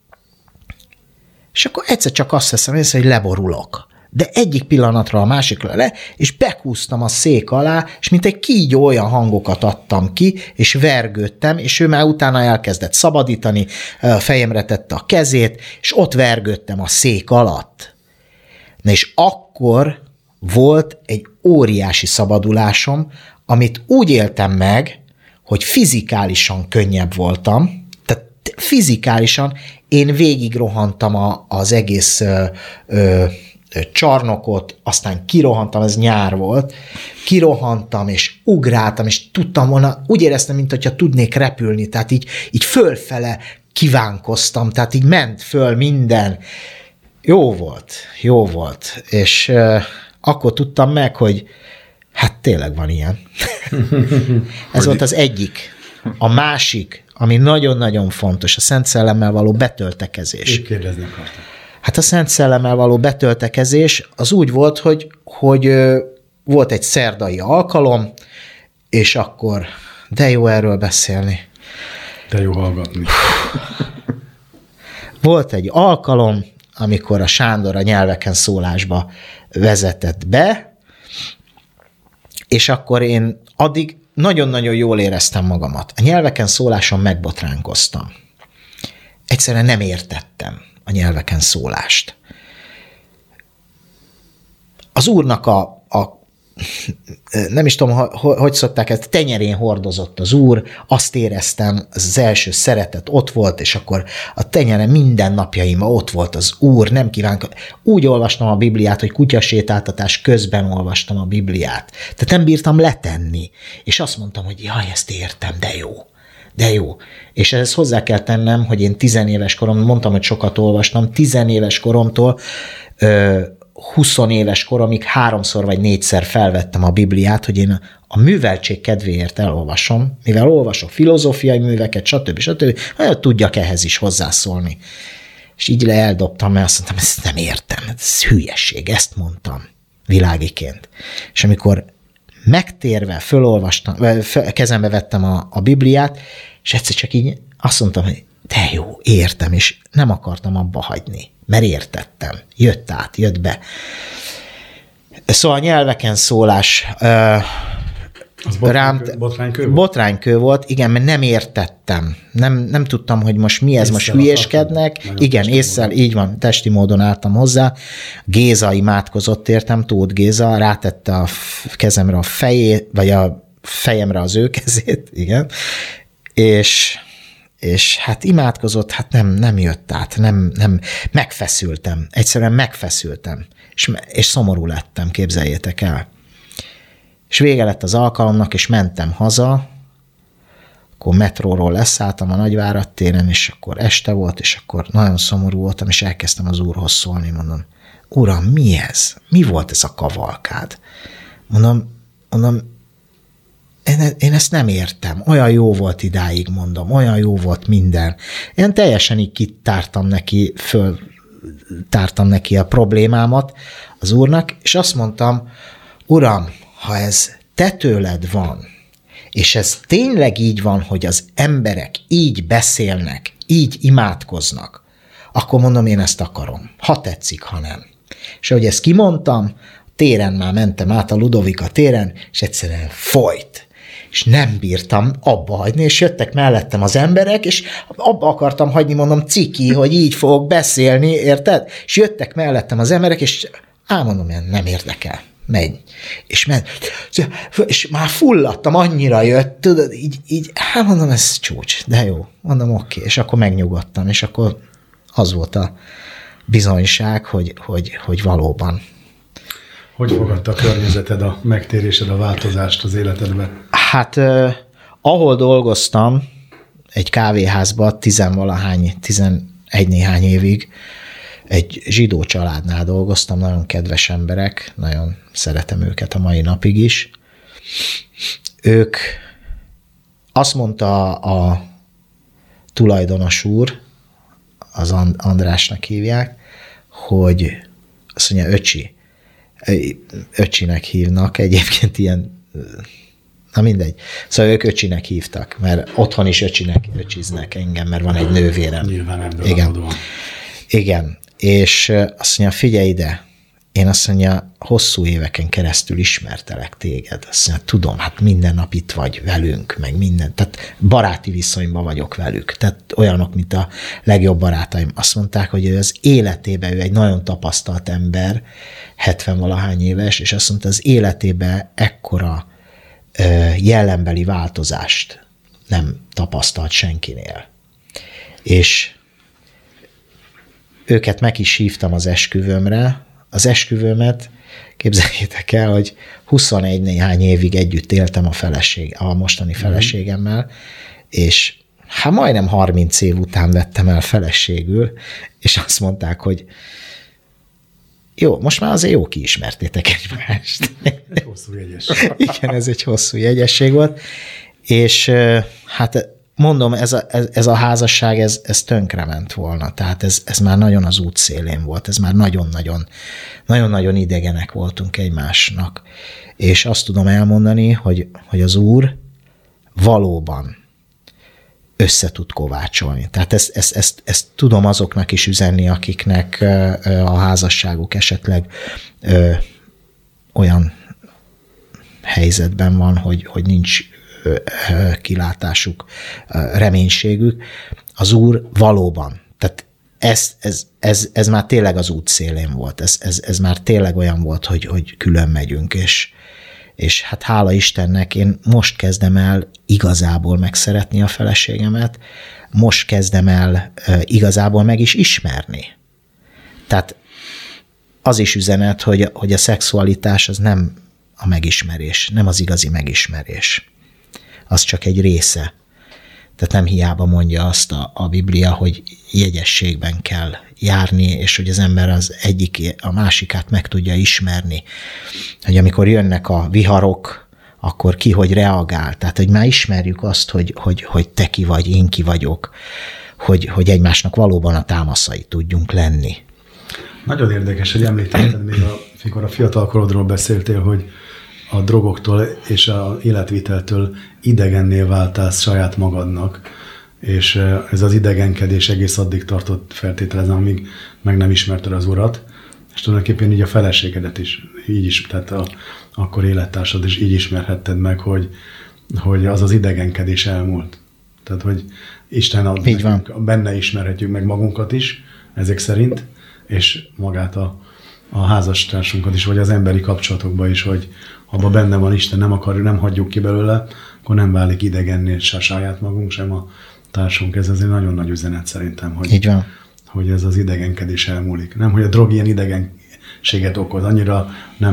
és akkor egyszer csak azt veszem észre, hogy leborulok. De egyik pillanatra a másikra és bekúztam a szék alá, és mint egy kígyó olyan hangokat adtam ki, és vergődtem, és ő már utána elkezdett szabadítani, fejemre tette a kezét, és ott vergődtem a szék alatt. Na és akkor volt egy óriási szabadulásom, amit úgy éltem meg, hogy fizikálisan könnyebb voltam, tehát fizikálisan én végigrohantam az egész csarnokot, aztán kirohantam, ez nyár volt, kirohantam, és ugráltam, és tudtam volna, úgy éreztem, mintha tudnék repülni, tehát így fölfele kívánkoztam, tehát így ment föl minden. Jó volt, és akkor tudtam meg, hogy hát tényleg van ilyen. Ez volt az egyik. A másik, ami nagyon-nagyon fontos, a Szent Szellemmel való betöltekezés. Kérdezni akartam. Hát a Szent Szellemmel való betöltekezés az úgy volt, hogy volt egy szerdai alkalom, és akkor de jó erről beszélni. De jó hallgatni. Volt egy alkalom, amikor a Sándor a nyelveken szólásba vezetett be, és akkor én addig nagyon-nagyon jól éreztem magamat. A nyelveken szóláson megbotránkoztam. Egyszerűen nem értettem a nyelveken szólást. Az Úrnak nem is tudom, hogy szokták ezt, tenyerén hordozott az Úr, azt éreztem, az első szeretet ott volt, és akkor a tenyeren minden napjaimban ott volt az Úr, nem kívánok. Úgy olvastam a Bibliát, hogy kutyasétáltatás közben olvastam a Bibliát. Tehát nem bírtam letenni. És azt mondtam, hogy jaj, ezt értem, de jó. És ehhez hozzá kell tennem, hogy én 10 éves korom, mondtam, hogy sokat olvastam, 10 éves koromtól 20 éves koromig 3-szor vagy 4-szer felvettem a Bibliát, hogy én a műveltség kedvéért elolvasom, mivel olvasok filozófiai műveket, stb. Hogy tudjak ehhez is hozzászólni. És így eldobtam, mert azt mondtam, ezt nem értem, ez hülyesség, ezt mondtam világiként. És amikor megtérve fölolvastam, kezembe vettem a Bibliát, és egyszer csak így azt mondtam, hogy de jó, értem, és nem akartam abba hagyni, mert értettem. Jött be. Szóval a nyelveken szólás botránykő volt, igen, mert nem értettem. Nem tudtam, hogy most mi ez, észszel most hülyéskednek. Igen, észszel, így van, testi módon álltam hozzá. Géza imádkozott értem, Tóth Géza, rátette a kezemre a fejét, vagy a fejemre az ő kezét, igen, és hát imádkozott, hát nem jött át, nem megfeszültem, egyszerűen megfeszültem, és szomorú lettem, képzeljétek el. És vége lett az alkalomnak, és mentem haza, akkor metróról leszálltam a Nagyvárad téren, és akkor este volt, és akkor nagyon szomorú voltam, és elkezdtem az Úrhoz szólni, mondom, Uram, mi ez? Mi volt ez a kavalkád? Mondom, én ezt nem értem. Olyan jó volt idáig, mondom, olyan jó volt minden. Én teljesen így kitártam neki, tártam neki a problémámat az úrnak, és azt mondtam, Uram, ha ez te tőled van, és ez tényleg így van, hogy az emberek így beszélnek, így imádkoznak, akkor mondom, én ezt akarom. Ha tetszik, ha nem. És ahogy ezt kimondtam, téren már mentem át a Ludovika téren, és egyszerűen folyt. És nem bírtam abba hagyni, és jöttek mellettem az emberek, és abba akartam hagyni, mondom, ciki, hogy így fogok beszélni, érted? És jöttek mellettem az emberek, és mondom, nem érdekel. Menj. És ment. És már fulladtam, annyira jött, tudod, így mondom, ez csúcs, de jó. Mondom, oké. És akkor megnyugodtam, és akkor az volt a bizonyság, hogy valóban. Hogy fogadta a környezeted a megtérésed, a változást az életedben? Hát, ahol dolgoztam, egy kávéházban 11 néhány évig, egy zsidó családnál dolgoztam, nagyon kedves emberek, nagyon szeretem őket a mai napig is. Ők, azt mondta a tulajdonos úr, az Andrásnak hívják, hogy azt mondja, öcsinek hívnak, egyébként ilyen, na mindegy. Szóval ők öcsinek hívtak, mert otthon is öcsiznek engem, mert van egy nővérem. Nyilván ebből Igen. Igen, és azt mondja, figyelj ide, én azt mondja, hosszú éveken keresztül ismertelek téged. Azt mondja, tudom, hát minden nap itt vagy velünk, meg minden. Tehát baráti viszonyban vagyok velük. Tehát olyanok, mint a legjobb barátaim. Azt mondták, hogy ő az életében, ő egy nagyon tapasztalt ember, 70-valahány éves, és azt mondta, az életében ekkora jellembeli változást nem tapasztalt senkinél. És őket meg is hívtam az esküvőmre. Az esküvőmet, képzeljétek el, hogy 21 néhány évig együtt éltem a mostani feleségemmel, és hát majdnem 30 év után vettem el feleségül, és azt mondták, hogy jó, most már azért jó kiismertétek egymást. Egy hosszú jegyesség. Igen, ez egy hosszú jegyesség volt, és hát mondom, ez a házasság, ez tönkrement volna. Tehát ez már nagyon az útszélén volt, ez már nagyon-nagyon idegenek voltunk egymásnak. És azt tudom elmondani, hogy az Úr valóban össze tud kovácsolni. Tehát ezt tudom azoknak is üzenni, akiknek a házasságuk esetleg olyan helyzetben van, hogy nincs kilátásuk, reménységük. Az Úr valóban, tehát ez már tényleg az út szélén volt, ez már tényleg olyan volt, hogy külön megyünk, és hát hála Istennek én most kezdem el igazából megszeretni a feleségemet, most kezdem el igazából meg is ismerni. Tehát az is üzenet, hogy a szexualitás az nem a megismerés, nem az igazi megismerés. Az csak egy része. Tehát nem hiába mondja azt a Biblia, hogy jegyességben kell járni, és hogy az ember az a másikát meg tudja ismerni. Hogy amikor jönnek a viharok, akkor ki hogy reagál. Tehát, hogy már ismerjük azt, hogy te ki vagy, én ki vagyok, hogy egymásnak valóban a támaszai tudjunk lenni. Nagyon érdekes, hogy említetted még, amikor a fiatalkorodról beszéltél, hogy a drogoktól és az életviteltől idegennél váltál saját magadnak, és ez az idegenkedés egész addig tartott, feltételezem, amíg meg nem ismerted az Urat, és tulajdonképpen így a feleségedet is, tehát akkor élettársad is így ismerhetted meg, hogy az idegengedés elmúlt. Tehát, hogy Isten ad nekünk, benne ismerhetjük meg magunkat is, ezek szerint, és magát a házastársunkat is, vagy az emberi kapcsolatokban is, hogy abban benne van Isten, nem hagyjuk ki belőle, akkor nem válik idegennél se saját magunk, sem a társunk. Ez azért nagyon nagy üzenet szerintem, hogy ez az idegenkedés elmúlik. Nem, hogy a drog ilyen idegenséget okoz, annyira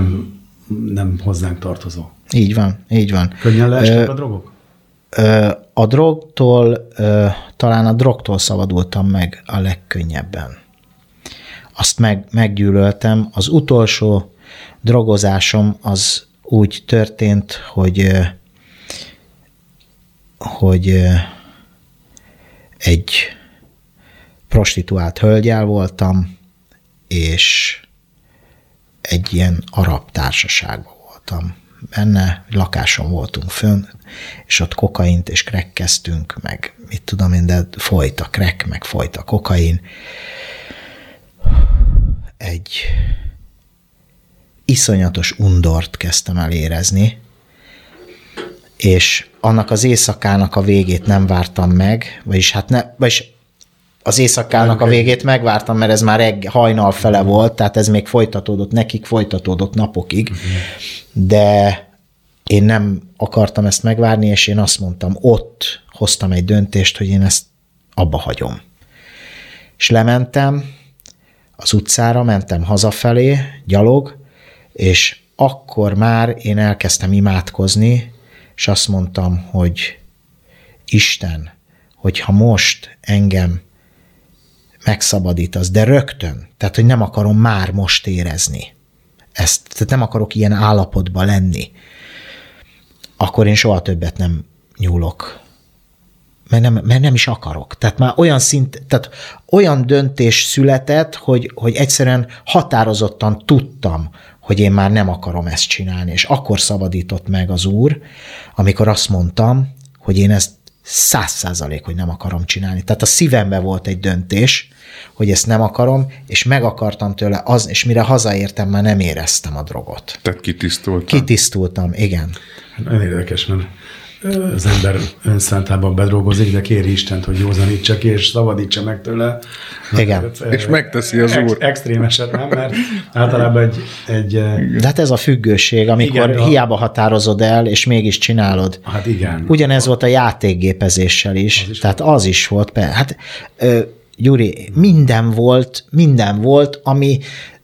nem hozzánk tartozó. Így van. Könnyen leestek a drogok? A drogtól, talán a drogtól szabadultam meg a legkönnyebben. Azt meggyűlöltem. Az utolsó drogozásom az úgy történt, hogy egy prostituált hölgyel voltam, és egy ilyen arab társaságban voltam benne, lakáson voltunk fönn, és ott kokaint és crack-keztünk, meg mit tudom én, de folyt a crack, meg folyt a kokain. Egy iszonyatos undort kezdtem el érezni, és annak az éjszakának a végét nem vártam meg, vagyis az éjszakának a végét megvártam, mert ez már hajnal fele volt, tehát ez még folytatódott, nekik folytatódott napokig, de én nem akartam ezt megvárni, és én azt mondtam, ott hoztam egy döntést, hogy én ezt abba hagyom. És lementem az utcára, mentem hazafelé, gyalog, és akkor már én elkezdtem imádkozni, és azt mondtam, hogy Isten, hogyha most engem megszabadítasz, de rögtön, tehát, hogy nem akarom már most érezni ezt, tehát nem akarok ilyen állapotban lenni, akkor én soha többet nem nyúlok. Mert nem is akarok. Tehát már tehát olyan döntés született, hogy egyszerűen határozottan tudtam, hogy én már nem akarom ezt csinálni, és akkor szabadított meg az Úr, amikor azt mondtam, hogy én ezt 100%, hogy nem akarom csinálni. Tehát a szívemben volt egy döntés, hogy ezt nem akarom, és meg akartam tőle, és mire hazaértem, már nem éreztem a drogot. Tehát kitisztultam? Kitisztultam, igen. Nagyon érdekes, mert az ember önszántában bedrogozik, de kéri Istent, hogy józanítsa ki, és szabadítsa meg tőle. Igen. És megteszi az Úr. Extrém eset nem, mert általában egy de hát ez a függőség, amikor igen, hiába határozod el, és mégis csinálod. Hát igen. Ugyanez volt a játékgépezéssel is. Tehát az is volt. Hát Gyuri, minden volt, ami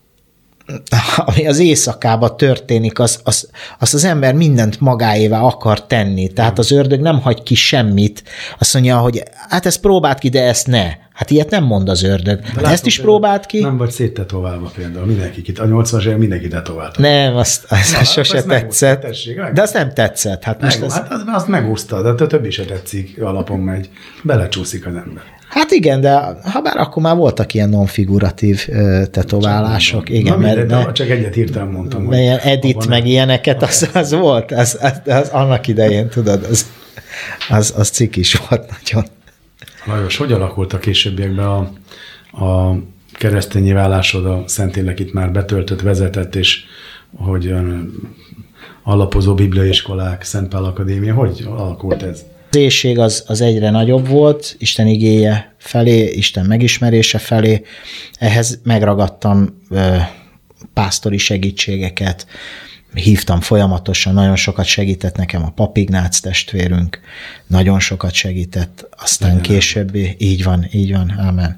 az éjszakában történik, azt az ember mindent magáévá akar tenni. Tehát az ördög nem hagy ki semmit. Azt mondja, hogy hát ezt próbáld ki, de ezt ne. Hát ilyet nem mond az ördög. Hát ezt is próbáld ki. Nem vagy széttetoválva például. Mindenki, a 80-as évek mindenki tetoválta. Nem, azt sose tetszett. De azt nem tetszett. Hát azt megúszta, de többi se tetszik, alapon megy. Belecsúszik az ember. Hát igen, de habár akkor már voltak ilyen non-figuratív tetoválások. Igen, csak egyet hirtelen mondtam. Hogy ilyen edit, meg ilyeneket, az volt. Az annak idején, tudod, az cikis volt nagyon. Lajos, hogy alakult a későbbiekben a keresztényi válásod, a Szentlélek itt már betöltött, vezetett, és hogy alapozó bibliaiskolák, Szent Pál Akadémia, hogy alakult ez? Az éhség az egyre nagyobb volt, Isten igéje felé, Isten megismerése felé. Ehhez megragadtam pásztori segítségeket, hívtam folyamatosan, nagyon sokat segített nekem a Pap Ignác testvérünk, nagyon sokat segített, aztán későbbi, így van, ámen.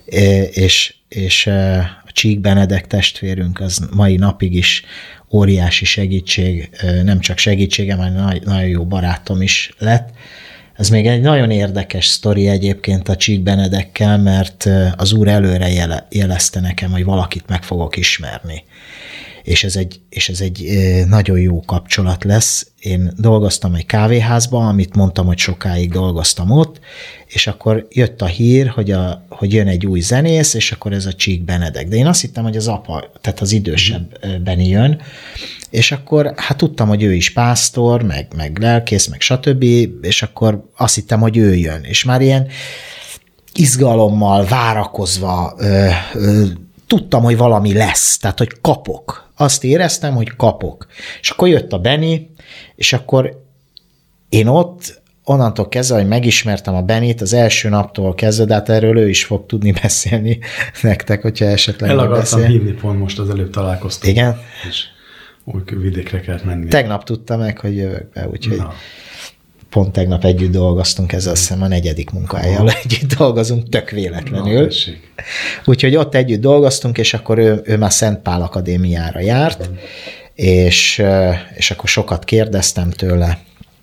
És a Csík Benedek testvérünk, az mai napig is óriási segítség, nem csak segítségem, hanem nagyon jó barátom is lett. Ez még egy nagyon érdekes sztori egyébként a Csík Benedekkel, mert az Úr előre jelezte nekem, hogy valakit meg fogok ismerni. És ez egy nagyon jó kapcsolat lesz. Én dolgoztam egy kávéházban, amit mondtam, hogy sokáig dolgoztam ott, és akkor jött a hír, hogy jön egy új zenész, és akkor ez a Csík Benedek. De én azt hittem, hogy az apa, tehát az idősebb Beni jön, és akkor hát tudtam, hogy ő is pásztor, meg lelkész, meg stb., és akkor azt hittem, hogy ő jön. És már ilyen izgalommal, várakozva tudtam, hogy valami lesz, tehát, hogy kapok. Azt éreztem, hogy kapok. És akkor jött a Beni, és akkor én ott onnantól kezdve, hogy megismertem a Benit, az első naptól kezdve, de hát erről ő is fog tudni beszélni nektek, hogyha esetleg el akartam hívni, pont most az előbb találkoztunk. Igen? És úgy vidékre kellett menni. Tegnap tudta meg, hogy jövök be, úgyhogy pont tegnap együtt dolgoztunk, ezzel azt hiszem a 4. munkájával együtt dolgozunk, tök véletlenül. Úgyhogy ott együtt dolgoztunk, és akkor ő már Szent Pál Akadémiára járt, és akkor sokat kérdeztem tőle,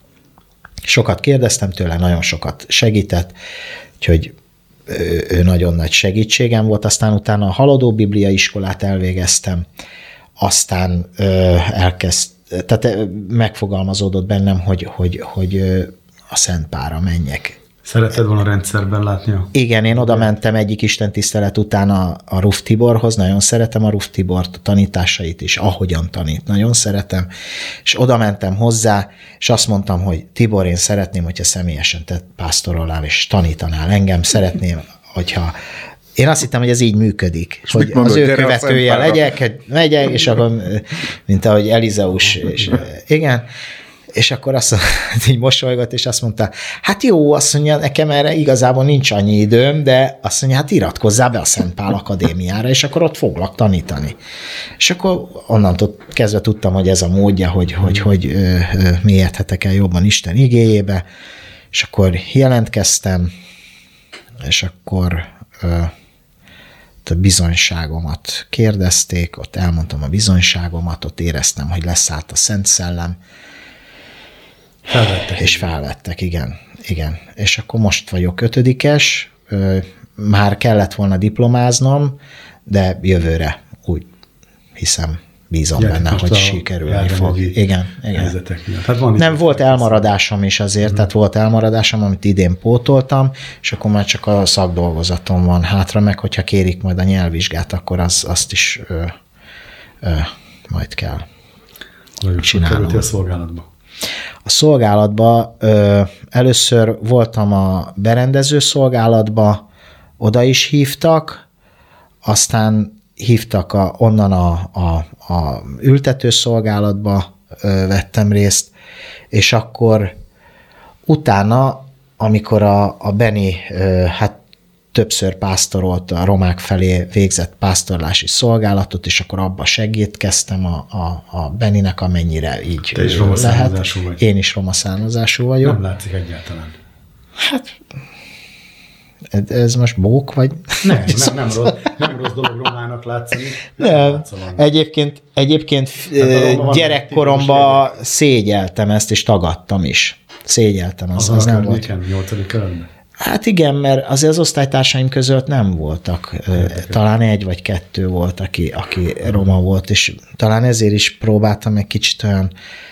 nagyon sokat segített, úgyhogy ő nagyon nagy segítségem volt. Aztán utána a Haladó Biblia iskolát elvégeztem, aztán megfogalmazódott bennem, hogy a Szent Pálra menjek. Szereted volna rendszerben látni? Igen, én oda mentem egyik istentisztelet után a Ruf Tiborhoz, nagyon szeretem a Ruf Tibort, a tanításait is, ahogyan tanít, nagyon szeretem, és oda mentem hozzá, és azt mondtam, hogy Tibor, én szeretném, hogyha személyesen te pásztorolnál, és tanítanál engem, szeretném, hogyha... Én azt hittem, hogy ez így működik, és hogy az ő követője legyek, megyek, és akkor, mint ahogy Elizeus, és igen, és akkor azt így mosolygott, és azt mondta, hát jó, azt mondja, nekem erre igazából nincs annyi időm, de azt mondja, hát iratkozzál be a Szent Pál Akadémiára, és akkor ott foglak tanítani. És akkor onnantól kezdve tudtam, hogy ez a módja, hogy mélyedhetek el jobban Isten igéjébe, és akkor jelentkeztem, és akkor a bizonyságomat kérdezték, ott elmondtam a bizonyságomat, ott éreztem, hogy leszállt a Szent Szellem, felvettek. És felvettek, igen. És akkor most vagyok 5-es, már kellett volna diplomáznom, de jövőre úgy hiszem, bízom benne, hogy sikerülni fog. Igen. Hát nem volt elmaradásom is azért, tehát volt elmaradásom, amit idén pótoltam, és akkor már csak a szakdolgozatom van hátra, meg hogyha kérik majd a nyelvvizsgát, akkor azt is majd kell csinálnom. A szolgálatba? A szolgálatba először voltam a berendező szolgálatba, oda is hívtak, aztán hívtak onnan a ültető szolgálatba vettem részt, és akkor utána, amikor a Beni hát többször pásztorolt, a romák felé végzett pásztorlási szolgálatot, és akkor abba segítkeztem a Beninek, amennyire így te is roma származású vagy. Én is roma származású vagyok. Nem látszik egyáltalán. Hát ez most bók, vagy? Nem rossz dolog romának látszani. Nem. Egyébként gyerekkoromban szégyeltem ezt, és tagadtam is. Szégyeltem, az nem volt. 8. kerületben? Hát igen, mert azért az osztálytársaim között nem voltak. Talán 1 vagy 2 volt, aki roma volt, és talán ezért is próbáltam egy kicsit olyan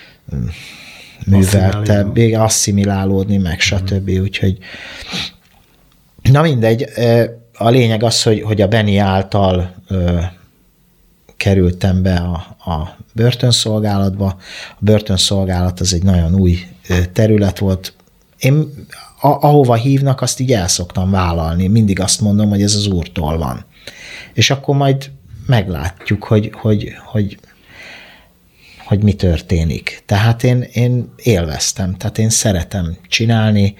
műveltebb, asszimilálódni, meg stb. Úgyhogy na mindegy, a lényeg az, hogy a Beni által kerültem be a börtönszolgálatba. A börtönszolgálat az egy nagyon új terület volt. Én ahova hívnak, azt így el szoktam vállalni. Mindig azt mondom, hogy ez az Úrtól van. És akkor majd meglátjuk, hogy mi történik. Tehát én élveztem, tehát én szeretem csinálni.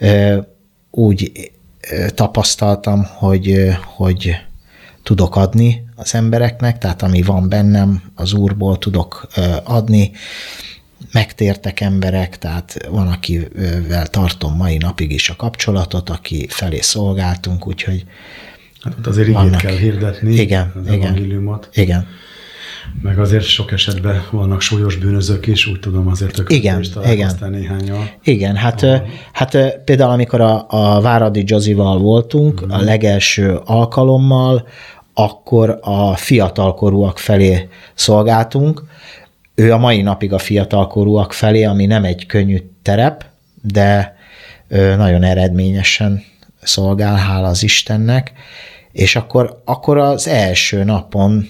Úgy tapasztaltam, hogy tudok adni az embereknek, tehát ami van bennem, az Úrból tudok adni. Megtértek emberek, tehát van, akivel tartom mai napig is a kapcsolatot, aki felé szolgáltunk, úgyhogy hát azért igét kell hirdetni, igen, az evangéliumot. Igen. Meg azért sok esetben vannak súlyos bűnözők is, úgy tudom, azért is találkoztál néhányal. Igen, hát például amikor a Váradi Jozival voltunk, a legelső alkalommal, akkor a fiatalkorúak felé szolgáltunk. Ő a mai napig a fiatalkorúak felé, ami nem egy könnyű terep, de nagyon eredményesen szolgál, hála az Istennek, és akkor az első napon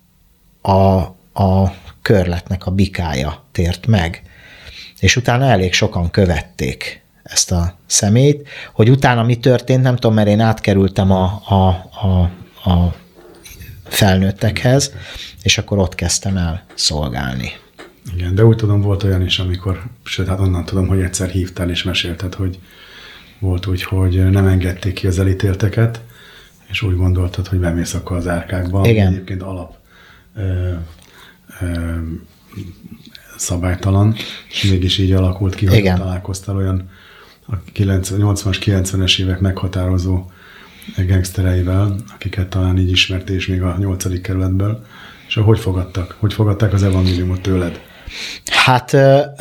a körletnek a bikája tért meg, és utána elég sokan követték ezt a személyt, hogy utána mi történt, nem tudom, mert én átkerültem a felnőttekhez, és akkor ott kezdtem el szolgálni. Igen, de úgy tudom, volt olyan is, amikor, sőt, hát onnan tudom, hogy egyszer hívtál és mesélted, hogy volt úgy, hogy nem engedték ki az elítélteket, és úgy gondoltad, hogy bemész akkor az árkákba. Igen. Egyébként alap szabálytalan, és mégis így alakult ki, hogy találkoztál olyan a 80-as, 90-es évek meghatározó gangstereivel, akiket talán így ismertél is még a 8. kerületből, és hogy fogadtak? Hogy fogadták az evangéliumot tőled? Hát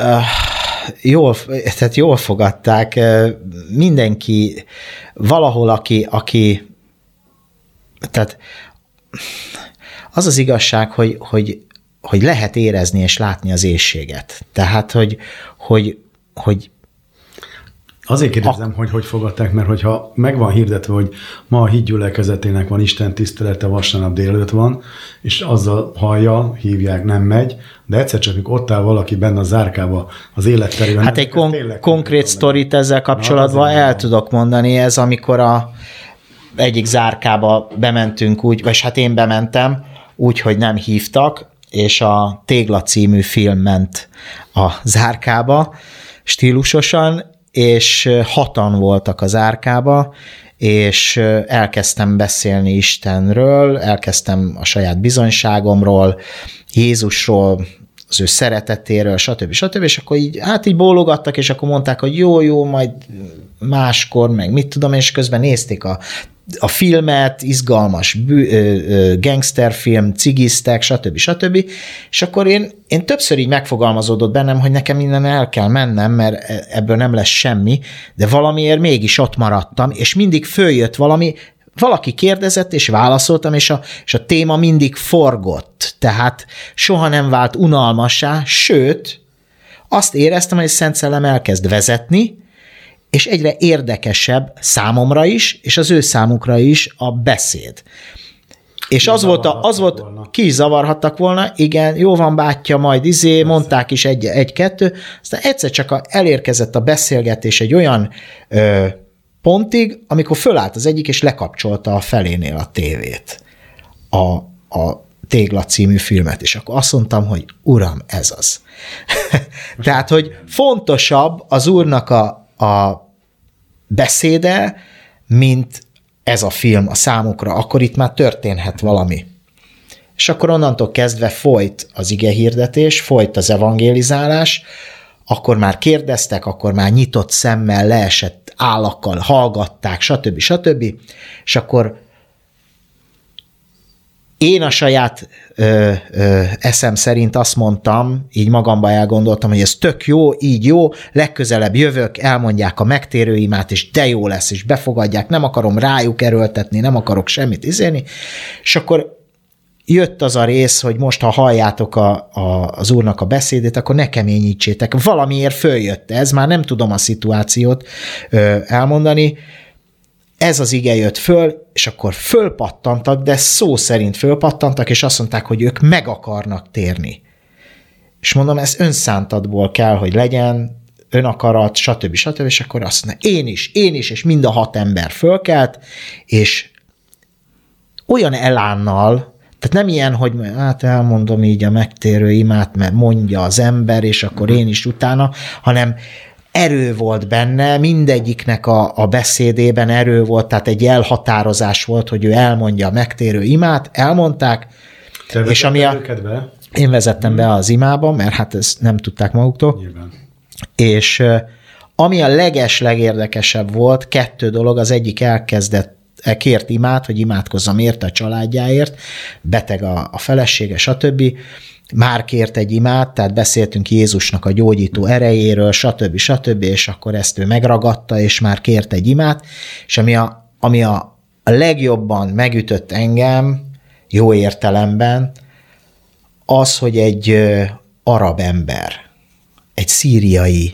jól fogadták. Mindenki valahol, aki tehát az az igazság, hogy lehet érezni és látni az éhséget. Tehát, hogy Azért kérdezem, hogy fogadták, mert hogyha meg van hirdetve, hogy ma a hídgyülekezetének van Isten tisztelete, vasárnap délelőtt van, és azzal hallja, hívják, nem megy, de egyszer csak, amikor ott áll valaki benne a zárkába, az életterében... Hát egy konkrét sztorit ezzel kapcsolatban el tudok mondani, ez amikor egyik zárkába bementünk úgy, vagy hát én bementem, úgy, hogy nem hívtak, és a Tégla című film ment a zárkába, stílusosan, és 6-an voltak az árkába, és elkezdtem beszélni Istenről, elkezdtem a saját bizonyságomról, Jézusról, az ő szeretetéről, stb. És akkor így bólogattak, és akkor mondták, hogy jó, majd máskor, meg mit tudom, és közben nézték a filmet, izgalmas gangsterfilm, cigiztek, stb. És akkor én többször így megfogalmazódott bennem, hogy nekem innen el kell mennem, mert ebből nem lesz semmi, de valamiért mégis ott maradtam, és mindig följött valaki kérdezett, és válaszoltam, és a téma mindig forgott, tehát soha nem vált unalmassá, sőt, azt éreztem, hogy a Szent Szellem elkezd vezetni, és egyre érdekesebb számomra is, és az ő számukra is a beszéd. És az volt, ki is zavarhattak volna, igen, jó van, bátyja, majd mondták is egy-kettő, aztán egyszer csak elérkezett a beszélgetés egy olyan pontig, amikor fölállt az egyik, és lekapcsolta a felénél a tévét, a Tégla című filmet, és akkor azt mondtam, hogy Uram, ez az. Tehát, hogy fontosabb az Úrnak a beszéde, mint ez a film a számukra, akkor itt már történhet valami. És akkor onnantól kezdve folyt az igehirdetés, folyt az evangélizálás, akkor már kérdeztek, akkor már nyitott szemmel, leesett állakkal, hallgatták, stb. És akkor én a saját eszem szerint azt mondtam, így magamba elgondoltam, hogy ez tök jó, így jó, legközelebb jövök, elmondják a megtérő imát, és de jó lesz, és befogadják, nem akarom rájuk erőltetni, nem akarok semmit izélni, és akkor jött az a rész, hogy most, ha halljátok az Úrnak a beszédét, akkor ne keményítsétek. Valamiért följött ez, már nem tudom a szituációt elmondani, ez az ige jött föl, és akkor fölpattantak, de szó szerint fölpattantak, és azt mondták, hogy ők meg akarnak térni. És mondom, ez önszántadból kell, hogy legyen, önakarat, stb. És akkor azt mondja, én is, és mind a 6 ember fölkelt, és olyan elánnal, tehát nem ilyen, hogy hát elmondom így a megtérő imát, mert mondja az ember, és akkor én is utána, hanem erő volt benne, mindegyiknek a beszédében erő volt, tehát egy elhatározás volt, hogy ő elmondja a megtérő imát, elmondták, és én vezettem be az imába, mert hát ezt nem tudták maguktól, nyilván. És ami a legérdekesebb volt, 2 dolog, az egyik kért imát, hogy imádkozzam érte, a családjáért, beteg a felesége, stb., már kért egy imát, tehát beszéltünk Jézusnak a gyógyító erejéről, stb., és akkor ezt ő megragadta, és már kért egy imát, és ami a legjobban megütött engem, jó értelemben, az, hogy egy arab ember, egy szíriai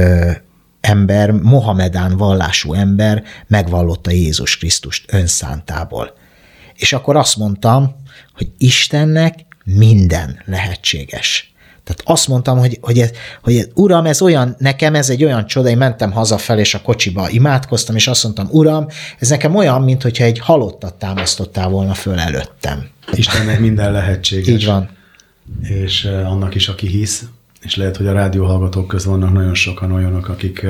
ember, mohamedán vallású ember megvallotta Jézus Krisztust önszántából. És akkor azt mondtam, hogy Istennek minden lehetséges. Tehát azt mondtam, hogy Uram, ez olyan, nekem ez egy olyan csoda, én mentem hazafelé, és a kocsiba imádkoztam, és azt mondtam, Uram, ez nekem olyan, mintha egy halottat támasztottál volna föl előttem. Istennek minden lehetséges. Így van. És annak is, aki hisz, és lehet, hogy a rádióhallgatók között vannak nagyon sokan olyanok, akik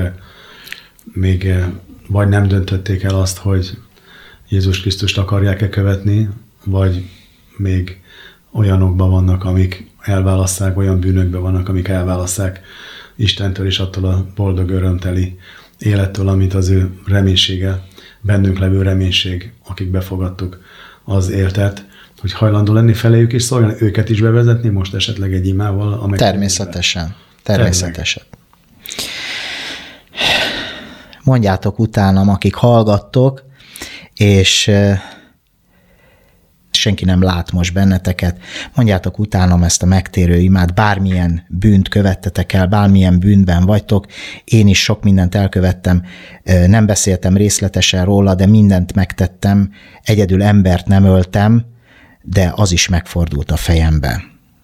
még vagy nem döntötték el azt, hogy Jézus Krisztust akarják-e követni, vagy még olyanokban vannak, amik elválasszák, olyan bűnökben vannak, amik elválasszák Istentől és attól a boldog örömteli élettől, amit az ő reménysége, bennünk levő reménység, akik befogadtuk, az éltet, hogy hajlandó lenni feléjük, és szóljon őket is bevezetni most esetleg egy imával. Természetesen. Mondjátok utánam, akik hallgattok, és senki nem lát most benneteket, mondjátok utánam ezt a megtérő imát, bármilyen bűnt követtetek el, bármilyen bűnben vagytok, én is sok mindent elkövettem, nem beszéltem részletesen róla, de mindent megtettem, egyedül embert nem öltem, de az is megfordult a fejembe.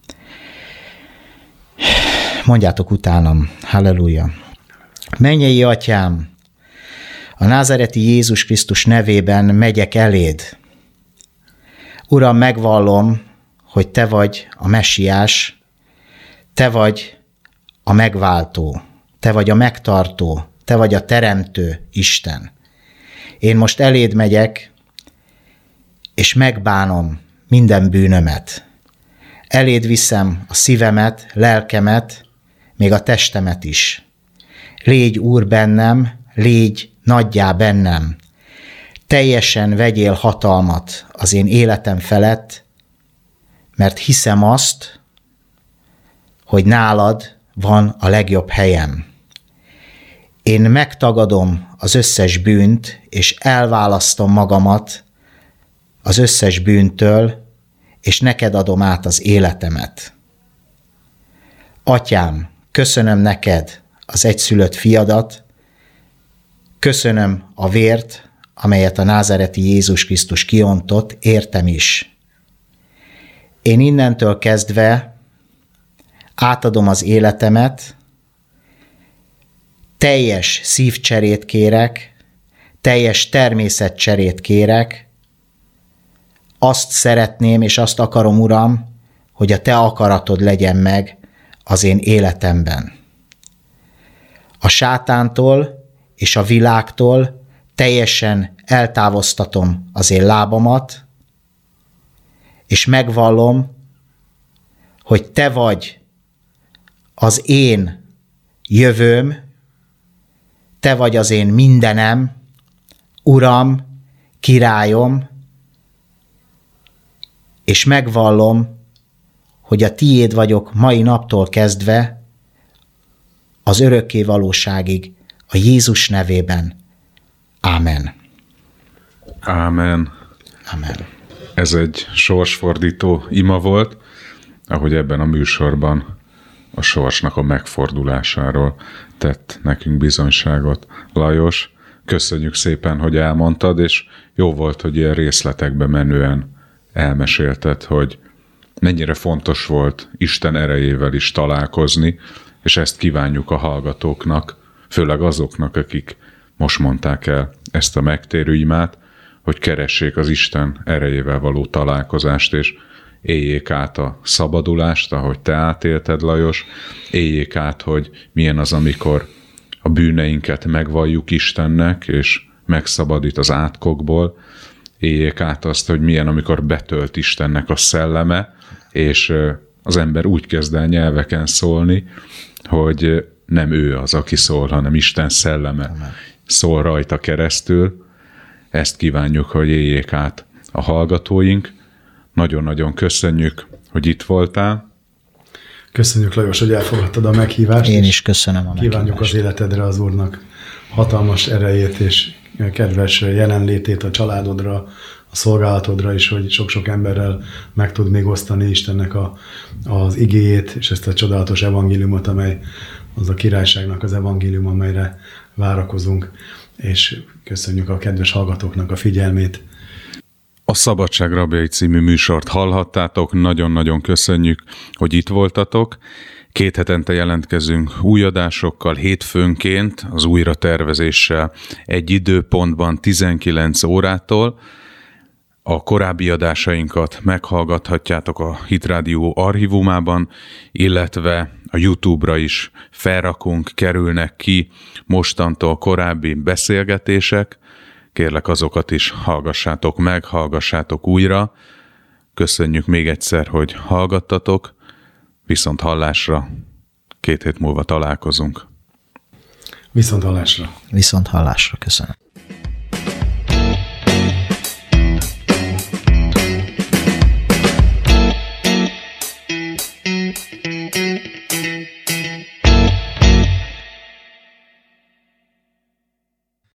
Mondjátok utánam, halleluja. Mennyei Atyám, a názáreti Jézus Krisztus nevében megyek eléd. Uram, megvallom, hogy te vagy a messiás, te vagy a megváltó, te vagy a megtartó, te vagy a teremtő Isten. Én most eléd megyek, és megbánom minden bűnömet. Eléd viszem a szívemet, lelkemet, még a testemet is. Légy Úr bennem, légy nagyjá bennem. Teljesen vegyél hatalmat az én életem felett, mert hiszem azt, hogy nálad van a legjobb helyem. Én megtagadom az összes bűnt, és elválasztom magamat az összes bűntől, és neked adom át az életemet. Atyám, köszönöm neked az egyszülött fiadat, köszönöm a vért, amelyet a názáreti Jézus Krisztus kiontott, értem is. Én innentől kezdve átadom az életemet, teljes szívcserét kérek, teljes természetcserét kérek, azt szeretném és azt akarom, Uram, hogy a te akaratod legyen meg az én életemben. A sátántól és a világtól teljesen eltávoztatom az én lábamat, és megvallom, hogy te vagy az én jövőm, te vagy az én mindenem, Uram, királyom, és megvallom, hogy a tiéd vagyok mai naptól kezdve az örökké valóságig, a Jézus nevében. Ámen. Ámen. Ámen. Ez egy sorsfordító ima volt, ahogy ebben a műsorban a sorsnak a megfordulásáról tett nekünk bizonyságot Lajos. Köszönjük szépen, hogy elmondtad, és jó volt, hogy ilyen részletekbe menően elmesélted, hogy mennyire fontos volt Isten erejével is találkozni, és ezt kívánjuk a hallgatóknak, főleg azoknak, akik most mondták el ezt a megtérő imát, hogy keressék az Isten erejével való találkozást, és éljék át a szabadulást, ahogy te átélted, Lajos, éljék át, hogy milyen az, amikor a bűneinket megvalljuk Istennek, és megszabadít az átkokból, éljék át azt, hogy milyen, amikor betölt Istennek a szelleme, és az ember úgy kezd el nyelveken szólni, hogy nem ő az, aki szól, hanem Isten szelleme szól rajta keresztül. Ezt kívánjuk, hogy éljék át a hallgatóink. Nagyon-nagyon köszönjük, hogy itt voltál. Köszönjük, Lajos, hogy elfogadtad a meghívást. Én is köszönöm a meghívást. Kívánjuk az életedre az Úrnak hatalmas erejét és kedves jelenlétét a családodra, a szolgálatodra is, hogy sok-sok emberrel meg tud még osztani Istennek az igéjét, és ezt a csodálatos evangéliumot, amely az a királyságnak az evangélium, amelyre várakozunk, és köszönjük a kedves hallgatóknak a figyelmét. A Szabadság rabjai című műsort hallhattátok, nagyon-nagyon köszönjük, hogy itt voltatok. 2 hetente jelentkezünk új adásokkal, hétfőnként, az újratervezéssel egy időpontban 19 órától. A korábbi adásainkat meghallgathatjátok a Hit Rádió archívumában, illetve a YouTube-ra is felrakunk, kerülnek ki mostantól korábbi beszélgetések. Kérlek, azokat is hallgassátok meg, hallgassátok újra. Köszönjük még egyszer, hogy hallgattatok. Viszont hallásra. 2 hét múlva találkozunk. Viszont hallásra. Viszont hallásra, köszönöm.